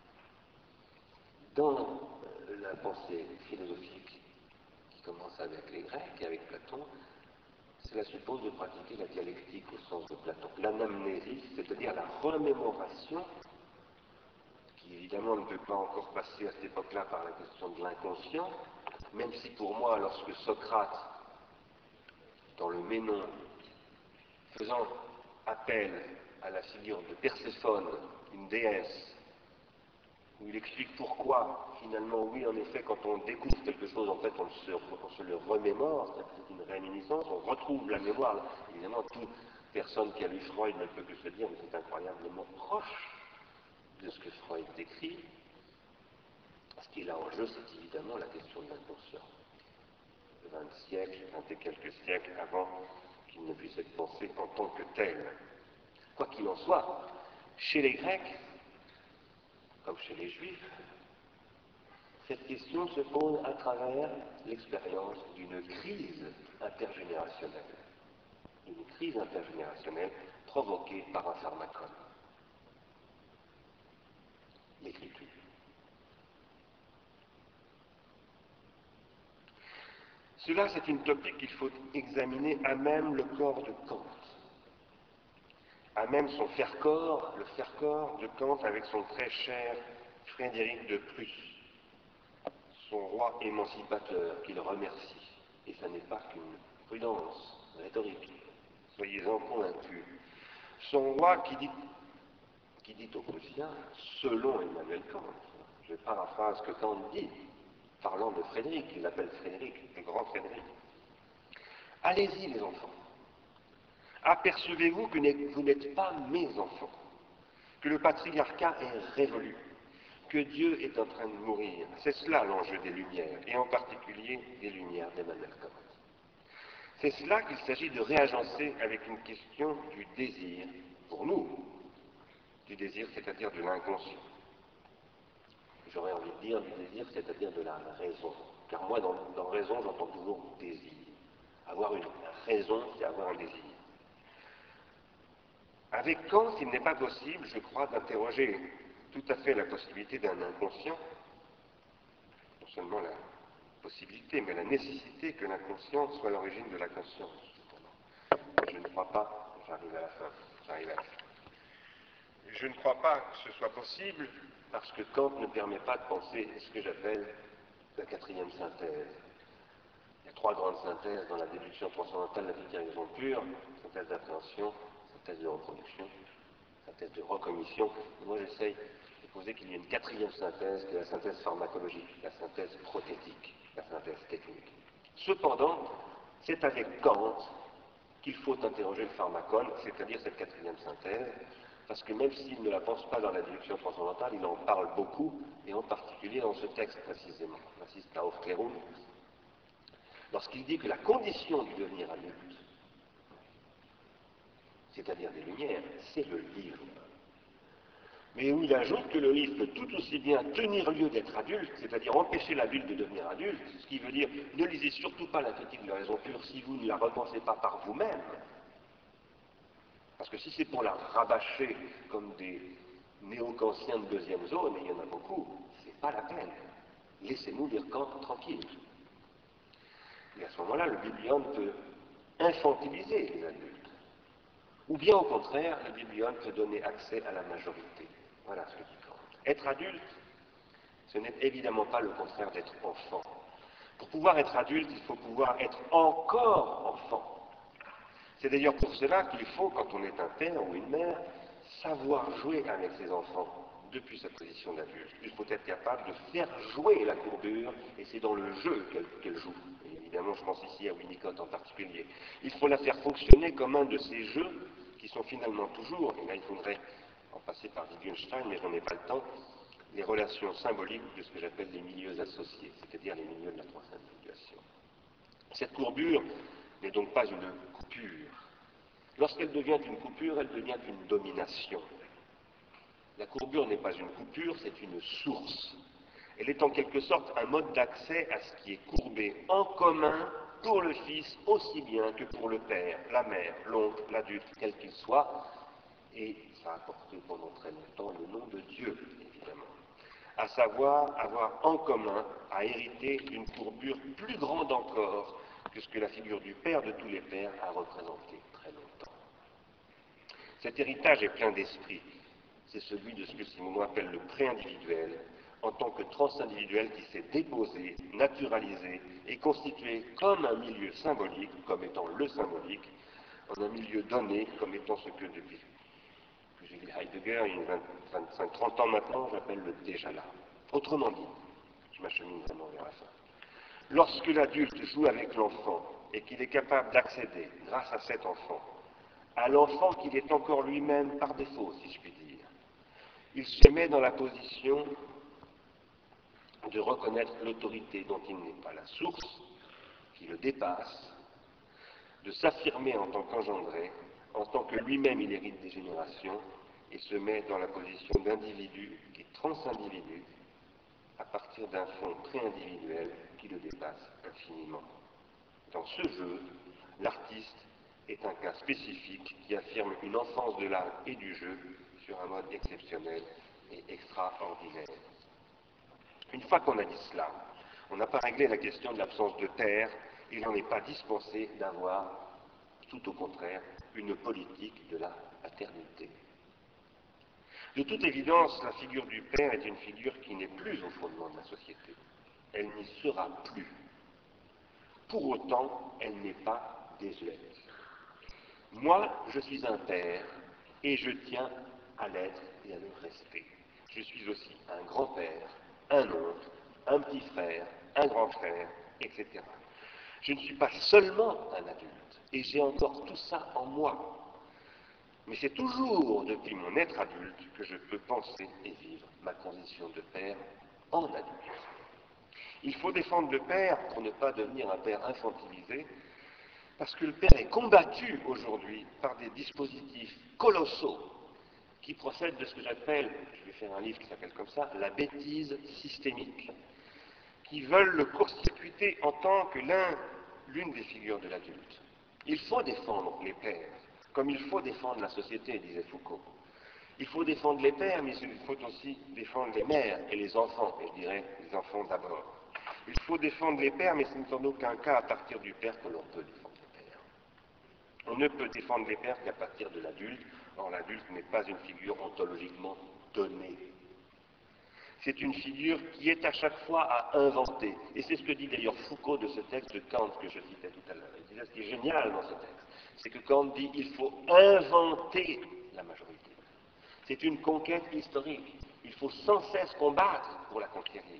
Dans la pensée philosophique qui commence avec les Grecs et avec Platon, cela suppose de pratiquer la dialectique au sens de Platon. L'anamnésis, c'est-à-dire la remémoration, qui évidemment ne peut pas encore passer à cette époque-là par la question de l'inconscient, même si pour moi, lorsque Socrate, dans le Ménon, faisant appel à la figure de Perséphone, une déesse, où il explique pourquoi, finalement, oui, en effet, quand on découvre quelque chose, en fait, on se le remémore, c'est une réminiscence, on retrouve la mémoire. Évidemment, toute personne qui a lu Freud ne peut que se dire, mais c'est incroyablement proche de ce que Freud décrit. Ce qui est là en jeu, c'est évidemment la question de l'inconscient. 20 siècles, 20 et quelques siècles avant qu'il ne puisse être pensé en tant que tel. Quoi qu'il en soit, chez les Grecs, comme chez les Juifs, cette question se pose à travers l'expérience d'une crise intergénérationnelle. Une crise intergénérationnelle provoquée par un pharmacone. L'écriture. Cela, c'est une topique qu'il faut examiner à même le corps de Kant. à même son faire-corps, le faire-corps de Kant avec son très cher Frédéric de Prusse, son roi émancipateur qu'il remercie. Et ça n'est pas qu'une prudence rhétorique, soyez-en convaincus. Son roi qui dit aux Prussiens, selon Emmanuel Kant, je paraphrase ce que Kant dit, parlant de Frédéric, il l'appelle Frédéric, le grand Frédéric. Allez-y les enfants, apercevez-vous que vous n'êtes pas mes enfants, que le patriarcat est révolu, que Dieu est en train de mourir. C'est cela l'enjeu des Lumières, et en particulier des Lumières d'Emmanuel Kant. C'est cela qu'il s'agit de réagencer avec une question du désir, pour nous, du désir, c'est-à-dire de l'inconscient. J'aurais envie de dire du désir, c'est-à-dire de la raison. Car moi, dans raison, j'entends toujours désir. Avoir une raison, c'est avoir un désir. Avec Kant, il n'est pas possible, je crois, d'interroger tout à fait la possibilité d'un inconscient, non seulement la possibilité, mais la nécessité que l'inconscient soit l'origine de la conscience. Je ne crois pas, j'arrive à la fin. Je ne crois pas que ce soit possible parce que Kant ne permet pas de penser ce que j'appelle la quatrième synthèse. Il y a trois grandes synthèses dans la déduction transcendantale de la déclinaison pure, synthèse d'appréhension, synthèse de reproduction, synthèse de recognition. Et moi j'essaye de poser qu'il y a une quatrième synthèse, qui est la synthèse pharmacologique, la synthèse prothétique, la synthèse technique. Cependant, c'est avec Kant qu'il faut interroger le pharmacone, c'est-à-dire cette quatrième synthèse, parce que même s'il ne la pense pas dans la déduction transcendantale, il en parle beaucoup, et en particulier dans ce texte précisément, Assist à Aufklärung, lorsqu'il dit que la condition du devenir adulte, c'est-à-dire des Lumières, c'est le livre. Mais où il ajoute que le livre peut tout aussi bien tenir lieu d'être adulte, c'est-à-dire empêcher l'adulte de devenir adulte, ce qui veut dire ne lisez surtout pas la critique de la raison pure si vous ne la repensez pas par vous-même. Parce que si c'est pour la rabâcher comme des néo-kantiens de deuxième zone, et il y en a beaucoup, c'est pas la peine. Laissez-nous lire Kant tranquille. Et à ce moment-là, le biblion peut infantiliser les adultes. Ou bien au contraire, le biblion peut donner accès à la majorité. Voilà ce que dit Kant. Être adulte, ce n'est évidemment pas le contraire d'être enfant. Pour pouvoir être adulte, il faut pouvoir être encore enfant. C'est d'ailleurs pour cela qu'il faut, quand on est un père ou une mère, savoir jouer avec ses enfants depuis sa position d'adulte. Il faut être capable de faire jouer la courbure, et c'est dans le jeu qu'elle joue. Et évidemment, je pense ici à Winnicott en particulier. Il faut la faire fonctionner comme un de ces jeux qui sont finalement toujours, et là il faudrait en passer par Wittgenstein, mais je n'en ai pas le temps, les relations symboliques de ce que j'appelle les milieux associés, c'est-à-dire les milieux de la troisième situation. Cette courbure n'est donc pas une coupure. Lorsqu'elle devient une coupure, elle devient une domination. La courbure n'est pas une coupure, c'est une source. Elle est en quelque sorte un mode d'accès à ce qui est courbé en commun pour le fils aussi bien que pour le père, la mère, l'oncle, l'adulte, quel qu'il soit. Et ça a porté pendant très longtemps le nom de Dieu, évidemment. À savoir avoir en commun à hériter d'une courbure plus grande encore que ce que la figure du Père de tous les pères a représenté très longtemps. Cet héritage est plein d'esprit. C'est celui de ce que Simondon appelle le pré-individuel, en tant que transindividuel qui s'est déposé, naturalisé et constitué comme un milieu symbolique, comme étant le symbolique, en un milieu donné, comme étant ce que depuis que j'ai lu Heidegger, il y a 25-30 ans maintenant, j'appelle le déjà là. Autrement dit, je m'achemine vraiment vers la fin. Lorsque l'adulte joue avec l'enfant et qu'il est capable d'accéder, grâce à cet enfant, à l'enfant qu'il est encore lui-même par défaut, si je puis dire, il se met dans la position de reconnaître l'autorité dont il n'est pas la source, qui le dépasse, de s'affirmer en tant qu'engendré, en tant que lui-même il hérite des générations, et se met dans la position d'individu et transindividu à partir d'un fond pré-individuel qui le dépasse infiniment. Dans ce jeu, l'artiste est un cas spécifique qui affirme une enfance de l'art et du jeu sur un mode exceptionnel et extraordinaire. Une fois qu'on a dit cela, on n'a pas réglé la question de l'absence de père, il n'en est pas dispensé d'avoir, tout au contraire, une politique de la paternité. De toute évidence, la figure du père est une figure qui n'est plus au fondement de la société. Elle n'y sera plus. Pour autant, elle n'est pas désuète. Moi, je suis un père et je tiens à l'être et à le rester. Je suis aussi un grand-père, un oncle, un petit frère, un grand frère, etc. Je ne suis pas seulement un adulte, et j'ai encore tout ça en moi. Mais c'est toujours depuis mon être adulte que je peux penser et vivre ma condition de père en adulte. Il faut défendre le père pour ne pas devenir un père infantilisé, parce que le père est combattu aujourd'hui par des dispositifs colossaux qui procèdent de ce que j'appelle, je vais faire un livre qui s'appelle comme ça, la bêtise systémique, qui veulent le court-circuiter en tant que l'une des figures de l'adulte. Il faut défendre les pères, comme il faut défendre la société, disait Foucault. Il faut défendre les pères, mais il faut aussi défendre les mères et les enfants, et je dirais les enfants d'abord. Il faut défendre les pères, mais ce n'est en aucun cas à partir du père que l'on peut défendre les pères. On ne peut défendre les pères qu'à partir de l'adulte. Or, l'adulte n'est pas une figure ontologiquement donnée. C'est une figure qui est à chaque fois à inventer. Et c'est ce que dit d'ailleurs Foucault de ce texte de Kant que je citais tout à l'heure. Il disait ce qui est génial dans ce texte, c'est que Kant dit qu'il faut inventer la majorité. C'est une conquête historique. Il faut sans cesse combattre pour la conquérir.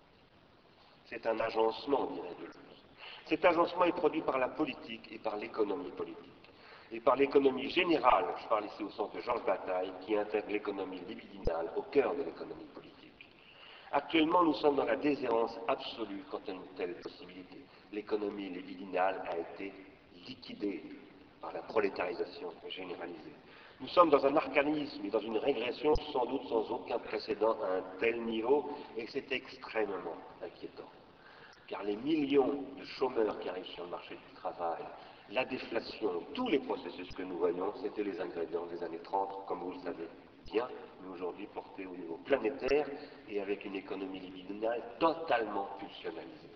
C'est un agencement, dirait Deleuze. Cet agencement est produit par la politique et par l'économie politique. Et par l'économie générale, je parle ici au sens de Georges Bataille, qui intègre l'économie libidinale au cœur de l'économie politique. Actuellement, nous sommes dans la déshérence absolue quant à une telle possibilité. L'économie libidinale a été liquidée par la prolétarisation généralisée. Nous sommes dans un archaïsme et dans une régression sans doute sans aucun précédent à un tel niveau, et c'est extrêmement inquiétant. Car les millions de chômeurs qui arrivent sur le marché du travail, la déflation, tous les processus que nous voyons, c'était les ingrédients des années 30, comme vous le savez bien, mais aujourd'hui portés au niveau planétaire et avec une économie libidinale totalement pulsionnalisée.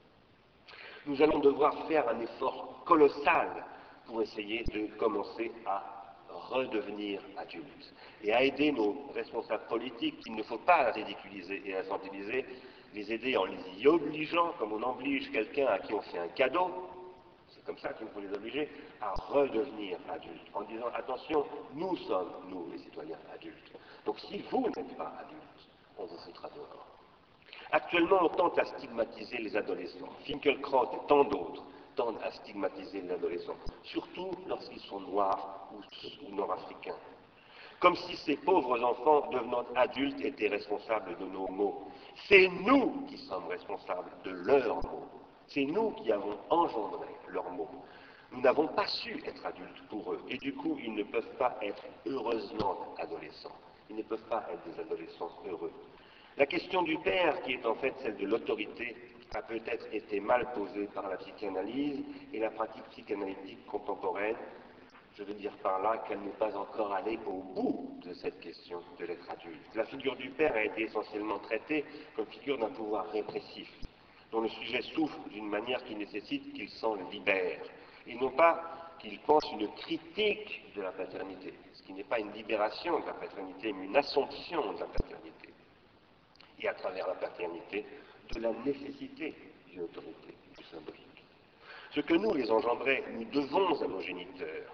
Nous allons devoir faire un effort colossal pour essayer de commencer à redevenir adultes et à aider nos responsables politiques, qu'il ne faut pas ridiculiser et infantiliser, les aider en les y obligeant, comme on oblige quelqu'un à qui on fait un cadeau, c'est comme ça qu'il faut les obliger, à redevenir adultes, en disant attention, nous sommes, nous les citoyens, adultes. Donc si vous n'êtes pas adultes, on vous foutra dehors. Actuellement, on tente à stigmatiser les adolescents. Finkielkraut et tant d'autres tendent à stigmatiser les adolescents, surtout lorsqu'ils sont noirs ou nord-africains. Comme si ces pauvres enfants, devenant adultes, étaient responsables de nos maux. C'est nous qui sommes responsables de leurs maux. C'est nous qui avons engendré leurs maux. Nous n'avons pas su être adultes pour eux, et du coup, ils ne peuvent pas être heureusement adolescents. Ils ne peuvent pas être des adolescents heureux. La question du père, qui est en fait celle de l'autorité, a peut-être été mal posée par la psychanalyse et la pratique psychanalytique contemporaine. Je veux dire par là qu'elle n'est pas encore allée au bout de cette question de l'être adulte. La figure du père a été essentiellement traitée comme figure d'un pouvoir répressif, dont le sujet souffre d'une manière qui nécessite qu'il s'en libère, et non pas qu'il pense une critique de la paternité, ce qui n'est pas une libération de la paternité, mais une assomption de la paternité. Et à travers la paternité, de la nécessité d'une autorité, du symbolique. Ce que nous, les engendrés, nous devons à nos géniteurs,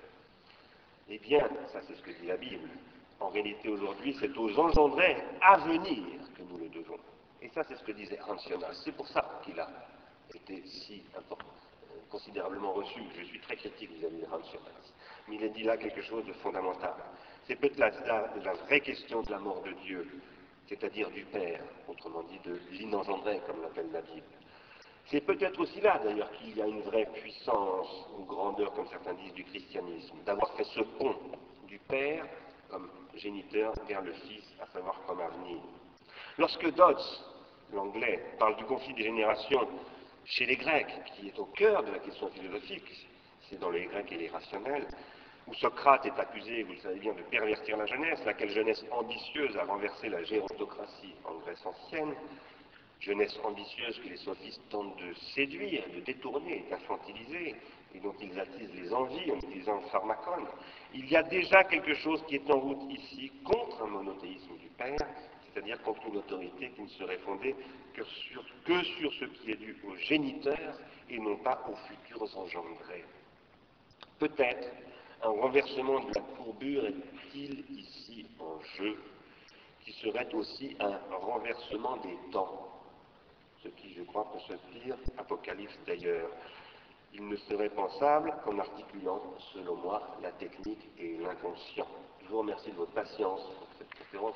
eh bien, ça c'est ce que dit la Bible, en réalité aujourd'hui, c'est aux engendrés à venir que nous le devons. Et ça c'est ce que disait Hans Jonas. C'est pour ça qu'il a été si important, considérablement reçu. Je suis très critique vis-à-vis de Hans Jonas. Mais il a dit là quelque chose de fondamental. C'est peut-être la vraie question de la mort de Dieu, c'est-à-dire du Père, autrement dit de l'inengendré, comme l'appelle la Bible. C'est peut-être aussi là, d'ailleurs, qu'il y a une vraie puissance ou grandeur, comme certains disent, du christianisme, d'avoir fait ce pont du Père comme géniteur vers le Fils, à savoir comme avenir. Lorsque Dodds, l'anglais, parle du conflit des générations chez les Grecs, qui est au cœur de la question philosophique, c'est dans les Grecs et les rationnels, où Socrate est accusé, vous le savez bien, de pervertir la jeunesse, laquelle jeunesse ambitieuse a renversé la gérontocratie en Grèce ancienne, jeunesse ambitieuse que les sophistes tentent de séduire, de détourner, d'infantiliser, et dont ils attisent les envies en utilisant le pharmacone. Il y a déjà quelque chose qui est en route ici contre un monothéisme du Père, c'est-à-dire contre une autorité qui ne serait fondée que sur ce qui est dû aux géniteurs et non pas aux futurs engendrés. Peut-être un renversement de la courbure est-il ici en jeu, qui serait aussi un renversement des temps, ce qui, je crois, peut se dire, Apocalypse d'ailleurs. Il ne serait pensable qu'en articulant, selon moi, la technique et l'inconscient. Je vous remercie de votre patience pour cette conférence.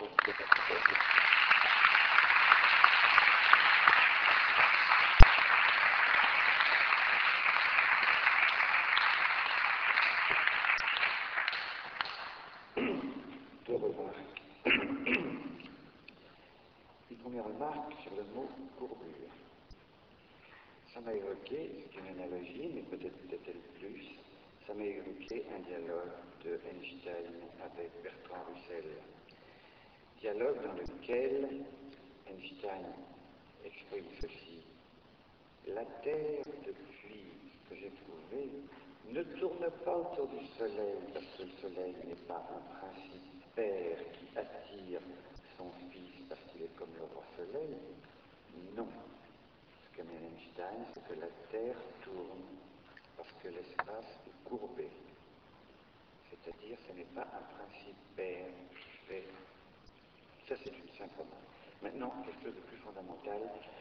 Deux remarques. Une première remarque sur le mot courbure. Ça m'a évoqué, c'est une analogie, mais peut-être plus, ça m'a évoqué un dialogue de Einstein avec Bertrand Russell. Dialogue dans lequel Einstein exprime ceci. La Terre, depuis que j'ai trouvé, ne tourne pas autour du Soleil, parce que le Soleil n'est pas un principe père qui attire son fils parce qu'il est comme le roi Soleil. Non. Ce qu'aime Einstein, c'est que la Terre tourne parce que l'espace est courbé. C'est-à-dire, ce n'est pas un principe père qui fait. Ça, c'est une simple remarque. Maintenant, quelque chose de plus fondamental.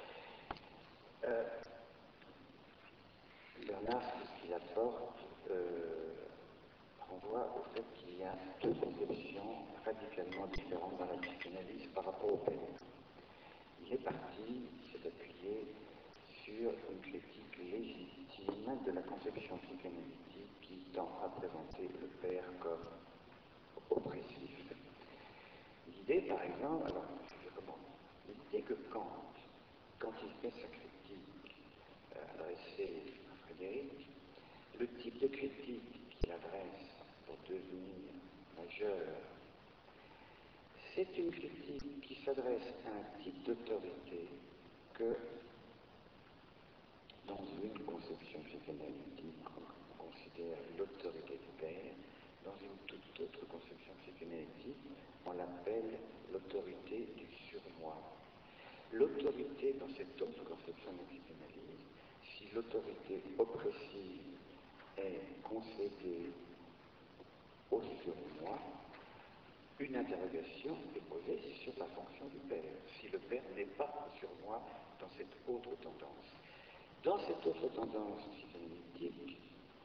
Bernard, ce qu'il apporte, renvoie au fait qu'il y a deux conceptions radicalement différentes dans la psychanalyse par rapport au père. Il est parti, il s'est appuyé sur une critique légitime de la conception psychanalytique qui tend à présenter le père comme oppressif. L'idée, par exemple, alors je recommande, l'idée que Kant, quand il fait sa critique adressée à Frédéric, le type de critique qu'il adresse pour devenir majeur, c'est une critique qui s'adresse à un type d'autorité que, dans une conception psychanalytique, on considère l'autorité du père, dans une toute autre conception psychanalytique, on l'appelle l'autorité du surmoi. L'autorité, dans cette autre conception de la psychanalyse, si l'autorité oppressive est concédée au surmoi, une interrogation est posée sur la fonction du père, si le père n'est pas au surmoi dans cette autre tendance. Dans cette autre tendance psychanalytique,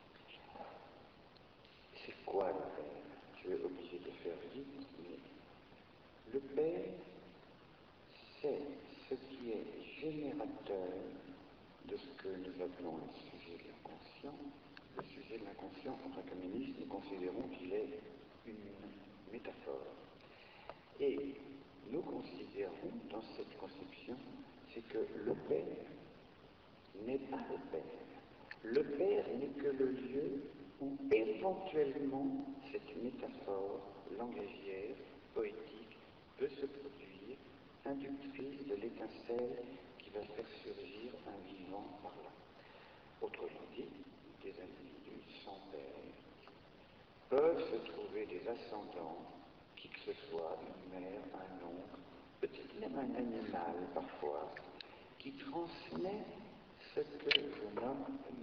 c'est quoi le père? Je vais obliger de faire vite, mais le père, c'est ce qui est générateur de ce que nous appelons le sujet de l'inconscient. Le sujet de l'inconscient, en tant qu'humanistes, nous considérons qu'il est une métaphore. Et nous considérons, dans cette conception, c'est que le père n'est pas le père. Le père n'est que le lieu où éventuellement cette métaphore langagière, poétique, peut se produire, inductrice de l'étincelle qui va faire surgir un vivant par là. Autrement dit, des individus sans père peuvent se trouver des ascendants, qui que ce soit, une mère, un oncle, peut-être même un animal parfois, qui transmet ce que je nomme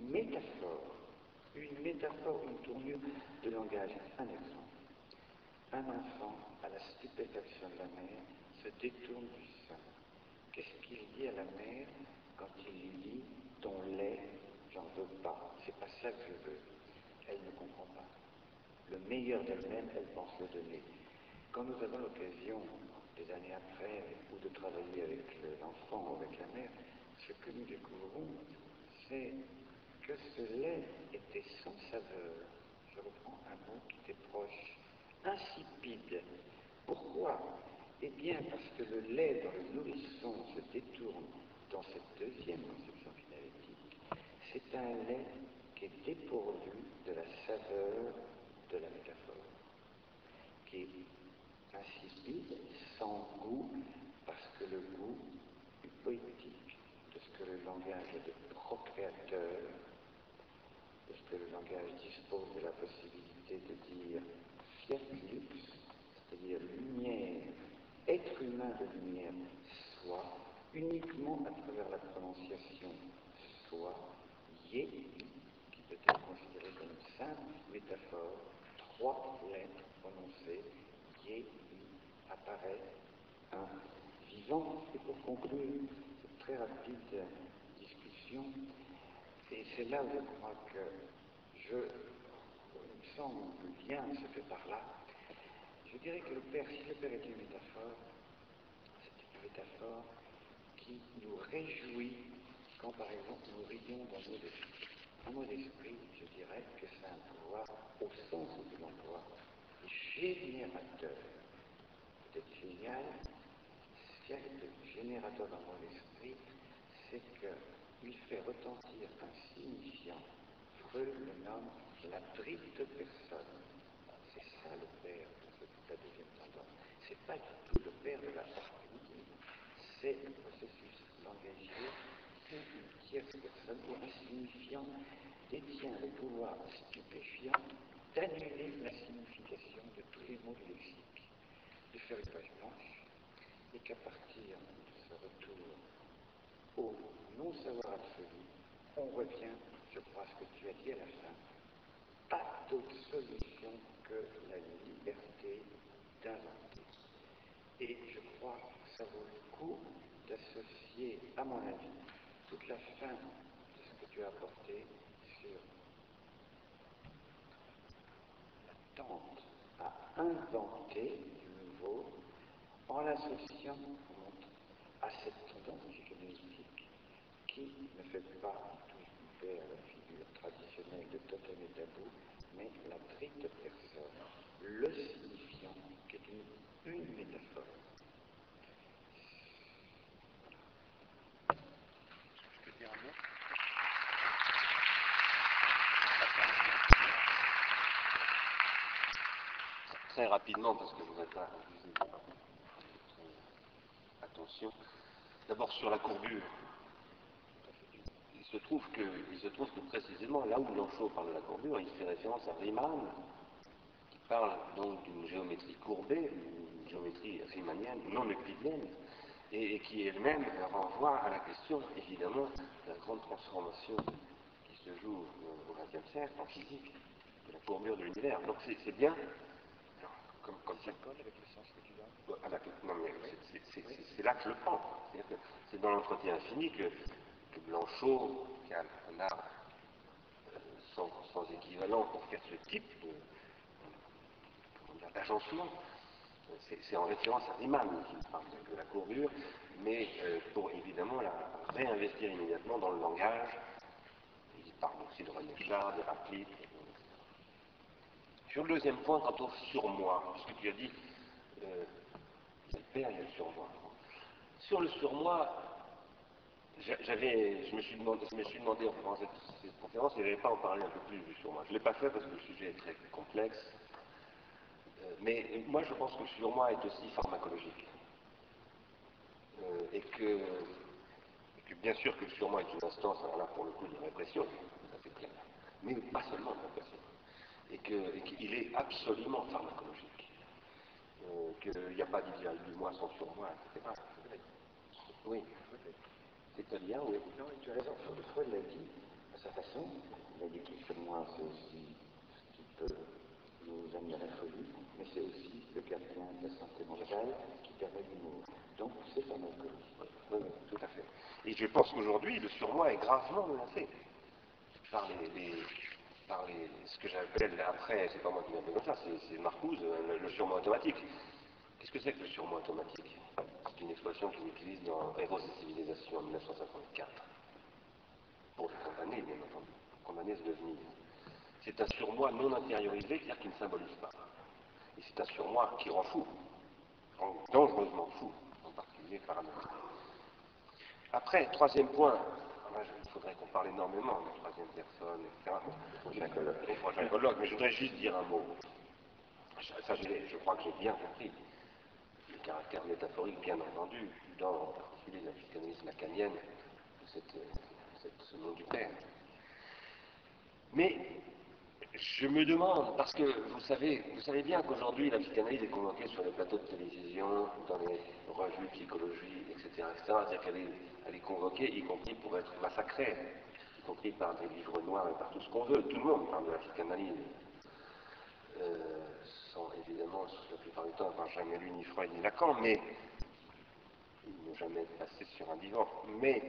une métaphore, une tournure de langage. Un exemple. Un enfant, à la stupéfaction de la mère, se détourne du sein. Qu'est-ce qu'il dit à la mère quand il lui dit « ton lait, j'en veux pas, c'est pas ça que je veux ». Elle ne comprend pas. Le meilleur d'elle-même, elle pense le donner. Quand nous avons l'occasion, des années après, ou de travailler avec l'enfant ou avec la mère, ce que nous découvrons, c'est que ce lait était sans saveur. Je reprends un mot qui était proche. Insipide. Pourquoi? Eh bien, parce que le lait dans le nourrisson se détourne dans cette deuxième conception psychanalytique. C'est un lait qui est dépourvu de la saveur de la métaphore, qui est insipide, sans goût, parce que le goût est poétique. langage de procréateur, parce que le langage dispose de la possibilité de dire fiat lux, c'est-à-dire lumière, être humain de lumière, soit, uniquement à travers la prononciation soit, yé, qui peut être considéré comme une simple métaphore, 3 lettres prononcées, yé, apparaît un vivant. Et pour conclure cette très rapide discussion, et c'est là où je crois que il me semble que le lien se fait par là, je dirais que le Père, si le Père est une métaphore, c'est une métaphore qui nous réjouit quand, par exemple, nous rions d'un mot d'esprit. Un mot d'esprit, je dirais que c'est un pouvoir, au sens où je l'emploie, générateur. Peut-être génial, ce qui est générateur d'un mot d'esprit, c'est qu'il fait retentir un signifiant. Freud le nomme la triste personne. C'est ça le Père de la deuxième tendance. C'est pas du tout le Père de la partie, c'est le processus langagier où une tierce personne ou un signifiant détient le pouvoir stupéfiant d'annuler la signification de tous les mots du lexique, de faire une page blanche, et qu'à partir de ce retour au non-savoir absolu, on revient, je crois, à ce que tu as dit à la fin, pas d'autre solution que la liberté d'inventer. Et je crois que ça vaut le coup d'associer, à mon avis, toute la fin de ce que tu as apporté sur la tente à inventer du nouveau en l'associant à cette tendance psychanalytique qui ne fait pas tout vers la figure traditionnelle de totem et tabou, mais la triste personne, le signifiant, qui est une métaphore. Je peux dire un mot ? Très rapidement, parce que je ne voudrais pas abuser de votre attention. D'abord sur la courbure. Il se trouve que précisément là où Blanchot parle de la courbure, il fait référence à Riemann, qui parle donc d'une géométrie courbée, une géométrie riemannienne, non euclidienne, et qui elle-même renvoie à la question, évidemment, de la grande transformation qui se joue au XXe siècle en physique, de la courbure de l'univers. Donc c'est bien, comme ça colle avec le sens que tu donnes. Non, mais c'est là que je le prends. C'est-à-dire que c'est dans l'entretien infini que Blanchot, qui a un art sans équivalent pour faire ce type d'agencement, c'est en référence à Riemann qui parle de la courbure, mais pour évidemment la réinvestir immédiatement dans le langage. Il parle aussi de René Char, de Raplit. Sur le deuxième point, quant au surmoi, puisque tu as dit, il y a le père, il y a le surmoi. Sur le surmoi, je me suis demandé en faisant cette conférence, il n'y avait pas en parler un peu plus du surmoi. Je ne l'ai pas fait parce que le sujet est très complexe. Mais moi, je pense que le surmoi est aussi pharmacologique. Et que bien sûr que le surmoi est une instance, alors là, pour le coup, de répression, ça c'est clair. Mais pas seulement de répression. Et qu'il est absolument pharmacologique. Qu'il n'y a pas d'idéal du moi sans surmoi, etc. Oui. C'est-à-dire, oui. Non, tu as raison. Freud l'a dit à sa façon. Il a dit que le surmoi, c'est aussi ce qui peut nous amener à la folie, mais c'est aussi le gardien de la santé mentale qui permet l'humour. Donc, c'est pharmacologique. Oui, tout à fait. Et je pense qu'aujourd'hui, le surmoi est gravement menacé par ce que j'appelle, après, c'est pas moi qui l'appelle comme ça, c'est Marcuse, le surmoi automatique. Qu'est-ce que c'est que le surmoi automatique? C'est une expression qu'il utilise dans Héros et civilisation en 1954. Pour les condamner, bien entendu. Condamner ce devenir. C'est un surmoi non intériorisé, c'est-à-dire qui ne symbolise pas. Et c'est un surmoi qui rend fou, dangereusement fou, en particulier paranoïaque. Après, troisième point, il faudrait qu'on parle énormément de troisième personne, etc. Au prochain colloque, mais je voudrais juste dire un mot. Ça, je crois que j'ai bien compris le caractère métaphorique, bien entendu, dans en particulier la psychanalyse lacanienne de cette ce nom du Père. Mais je me demande, parce que vous savez bien qu'aujourd'hui la psychanalyse est convoquée sur les plateaux de télévision, dans les revues de psychologie, etc. C'est-à-dire qu'elle est convoquée, y compris pour être massacrée, y compris par des livres noirs et par tout ce qu'on veut. Tout le monde parle de la psychanalyse. Sans évidemment, la plupart du temps, avoir jamais lu ni Freud ni Lacan, mais ils n'ont jamais passé sur un divan. Mais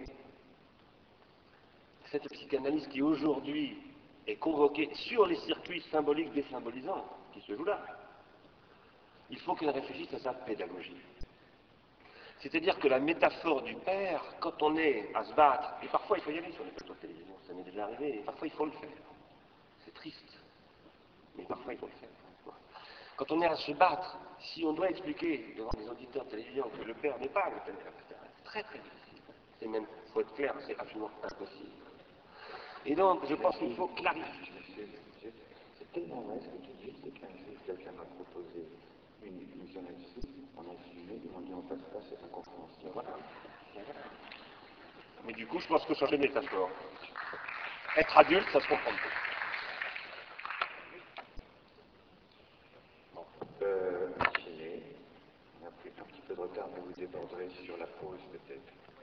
cette psychanalyse qui aujourd'hui est convoquée sur les circuits symboliques désymbolisants qui se jouent là, il faut qu'elle réfléchisse à sa pédagogie. C'est-à-dire que la métaphore du père, quand on est à se battre, et parfois il faut y aller sur les plateaux de télévision, ça m'est déjà arrivé, et parfois il faut le faire. C'est triste, mais parfois il faut le faire. Quand on est à se battre, si on doit expliquer devant les auditeurs de télévision que le père n'est pas le père, c'est très très difficile. C'est même, il faut être clair, c'est absolument impossible. Et donc, je pense qu'il faut clarifier. C'est tellement vrai ce que tu dis, c'est qu'un jour, quelqu'un m'a proposé une émission là-dessus, on a filmé, et on dit on passe pas cette incompréhension. Voilà. Mais du coup, je pense que changer de métaphore. Être adulte, ça se comprend plus. On a pris un petit peu de retard, mais vous déborderez sur la pause peut-être.